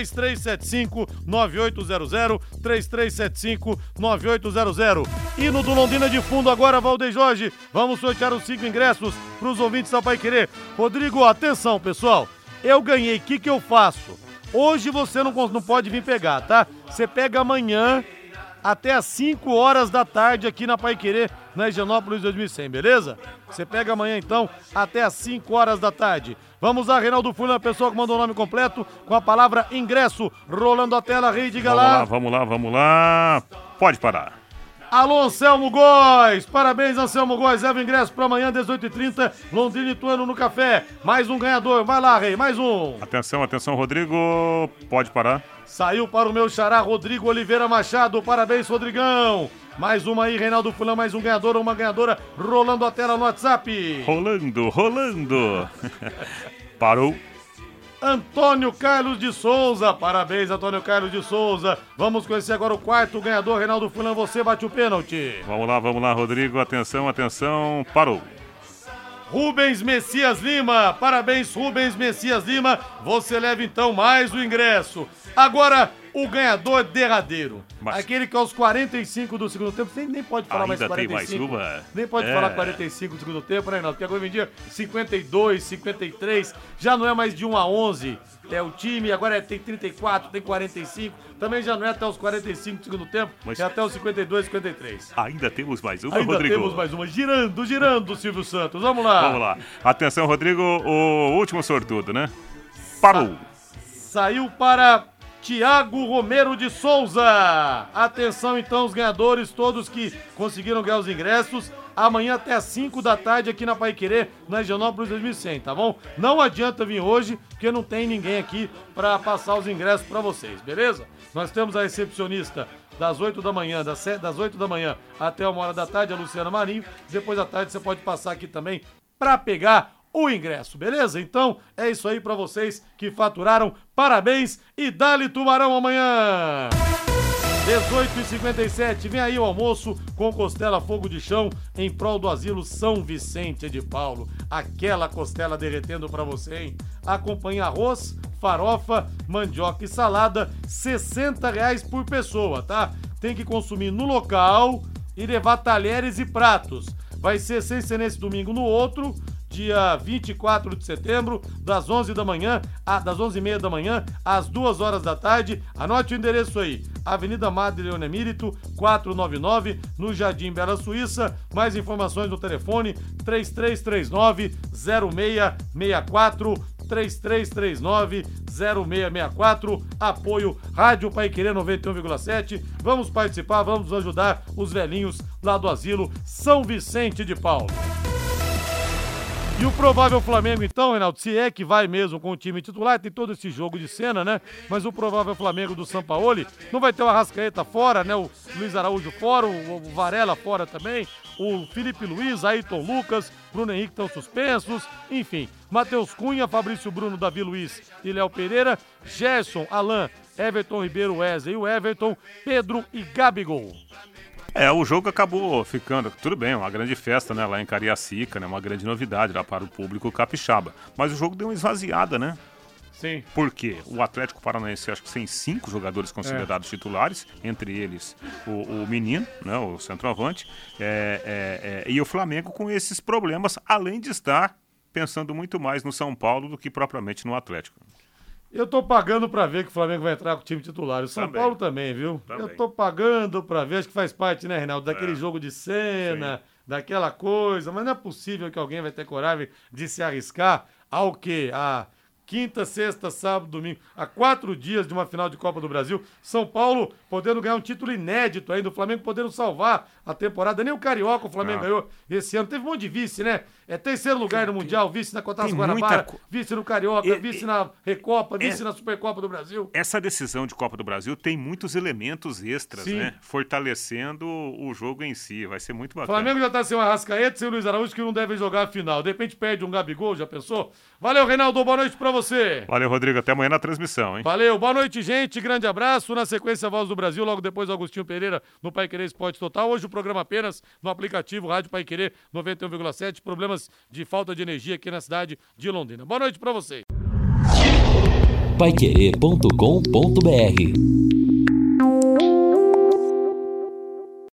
3375-9800, 3375-9800. E no do Londrina de fundo agora, Valdeir Jorge, vamos sortear os 5 ingressos para os ouvintes da Pai Querer. Rodrigo, atenção, pessoal, eu ganhei, o que eu faço? Hoje você não pode vir pegar, tá? Você pega amanhã até às 5 horas da tarde aqui na Pai Querer, na Higienópolis 2100, beleza? Você pega amanhã, então, até às 5 horas da tarde. Vamos lá, Reinaldo Furlan, a pessoa que mandou o nome completo, com a palavra ingresso, rolando a tela, Rei, diga lá. Vamos lá. Pode parar. Alô, Anselmo Góes, parabéns, Anselmo Góes, leva o ingresso para amanhã, 18h30, Londrina e Ituano no café. Mais um ganhador, vai lá, Rei, mais um. Atenção, Rodrigo, pode parar. Saiu para o meu xará, Rodrigo Oliveira Machado, parabéns, Rodrigão. Mais uma aí, Reinaldo Fulano, mais um ganhador ou uma ganhadora, rolando a tela no WhatsApp. Rolando. Parou. Antônio Carlos de Souza, parabéns, Antônio Carlos de Souza. Vamos conhecer agora o quarto ganhador, Reinaldo Fulano, você bate o pênalti. Vamos lá, Rodrigo, atenção, parou. Rubens Messias Lima, parabéns, Rubens Messias Lima, você leva então mais o ingresso. Agora, o ganhador derradeiro, aquele que aos 45 do segundo tempo, você nem pode falar mais 45, tem mais uma. Nem pode falar 45 do segundo tempo, né, Reinaldo? Porque agora em dia 52, 53, já não é mais de 1 a 11, é o time, agora tem 34, tem 45, também já não é até os 45 do segundo tempo, é até os 52, 53. Ainda temos mais uma, Rodrigo? Ainda temos mais uma, girando, Silvio Santos, vamos lá. Atenção, Rodrigo, o último sortudo, né? Parou. Saiu para Tiago Romero de Souza. Atenção então os ganhadores, todos que conseguiram ganhar os ingressos, amanhã até às 5 da tarde aqui na Paiquerê, na Higienópolis 2100, tá bom? Não adianta vir hoje, porque não tem ninguém aqui para passar os ingressos para vocês, beleza? Nós temos a recepcionista das 8 da manhã, das 8 da manhã até 1h da tarde, a Luciana Marinho. Depois da tarde você pode passar aqui também para pegar o ingresso, beleza? Então, é isso aí pra vocês que faturaram. Parabéns e dá-lhe Tubarão amanhã! 18h57, vem aí o almoço com costela fogo de chão em prol do Asilo São Vicente de Paulo. Aquela costela derretendo pra você, hein? Acompanha arroz, farofa, mandioca e salada, R$60 por pessoa, tá? Tem que consumir no local e levar talheres e pratos. Vai ser sem ser nesse domingo, no outro, dia 24 de setembro, das 11h30 da manhã, às 2h da tarde. Anote o endereço aí, Avenida Madre Leon Emírito, 499, no Jardim Bela Suíça. Mais informações no telefone 3339-0664, 3339-0664, apoio Rádio Paiquerê 91,7. Vamos participar, vamos ajudar os velhinhos lá do Asilo São Vicente de Paulo. E o provável Flamengo, então, Reinaldo, se é que vai mesmo com o time titular, tem todo esse jogo de cena, né? Mas o provável Flamengo do Sampaoli não vai ter o Arrascaeta fora, né? O Luiz Araújo fora, o Varela fora também, o Felipe Luiz, Ayrton Lucas, Bruno Henrique estão suspensos, enfim. Matheus Cunha, Fabrício Bruno, Davi Luiz e Léo Pereira, Gerson, Alain, Everton Ribeiro, Wesley, o Everton, Pedro e Gabigol. O jogo acabou ficando, tudo bem, uma grande festa, né, lá em Cariacica, né, uma grande novidade lá para o público capixaba. Mas o jogo deu uma esvaziada, né? Sim. Por quê? O Atlético Paranaense, acho que tem 5 jogadores considerados titulares, entre eles o menino, né, o centroavante, e o Flamengo com esses problemas, além de estar pensando muito mais no São Paulo do que propriamente no Atlético. Eu tô pagando pra ver que o Flamengo vai entrar com o time titular. O São Paulo também, viu? Eu tô pagando pra ver, acho que faz parte, né, Reinaldo? Daquele jogo de cena, daquela coisa. Mas não é possível que alguém vai ter coragem de se arriscar ao quê? A quinta, sexta, sábado, domingo, há 4 dias de uma final de Copa do Brasil. São Paulo podendo ganhar um título inédito ainda, o Flamengo podendo salvar a temporada. Nem o Carioca o Flamengo ganhou esse ano. Teve um monte de vice, né? Terceiro lugar no Mundial, vice na Taça Guanabara, vice no Carioca, vice na Recopa, vice na Supercopa do Brasil. Essa decisão de Copa do Brasil tem muitos elementos extras, né? Fortalecendo o jogo em si. Vai ser muito bacana. O Flamengo já tá sem o Arrascaeta, sem o Luiz Araújo, que não devem jogar a final. De repente perde um Gabigol, já pensou? Valeu, Reinaldo, boa noite pra você. Valeu, Rodrigo, até amanhã na transmissão, hein? Valeu, boa noite, gente, grande abraço. Na sequência, Voz do Brasil, logo depois Agostinho Pereira no Paiquerê Esporte Total. Hoje o programa apenas no aplicativo Rádio Paiquerê 91,7. Problemas de falta de energia aqui na cidade de Londrina. Boa noite pra vocês. Paiquerê.com.br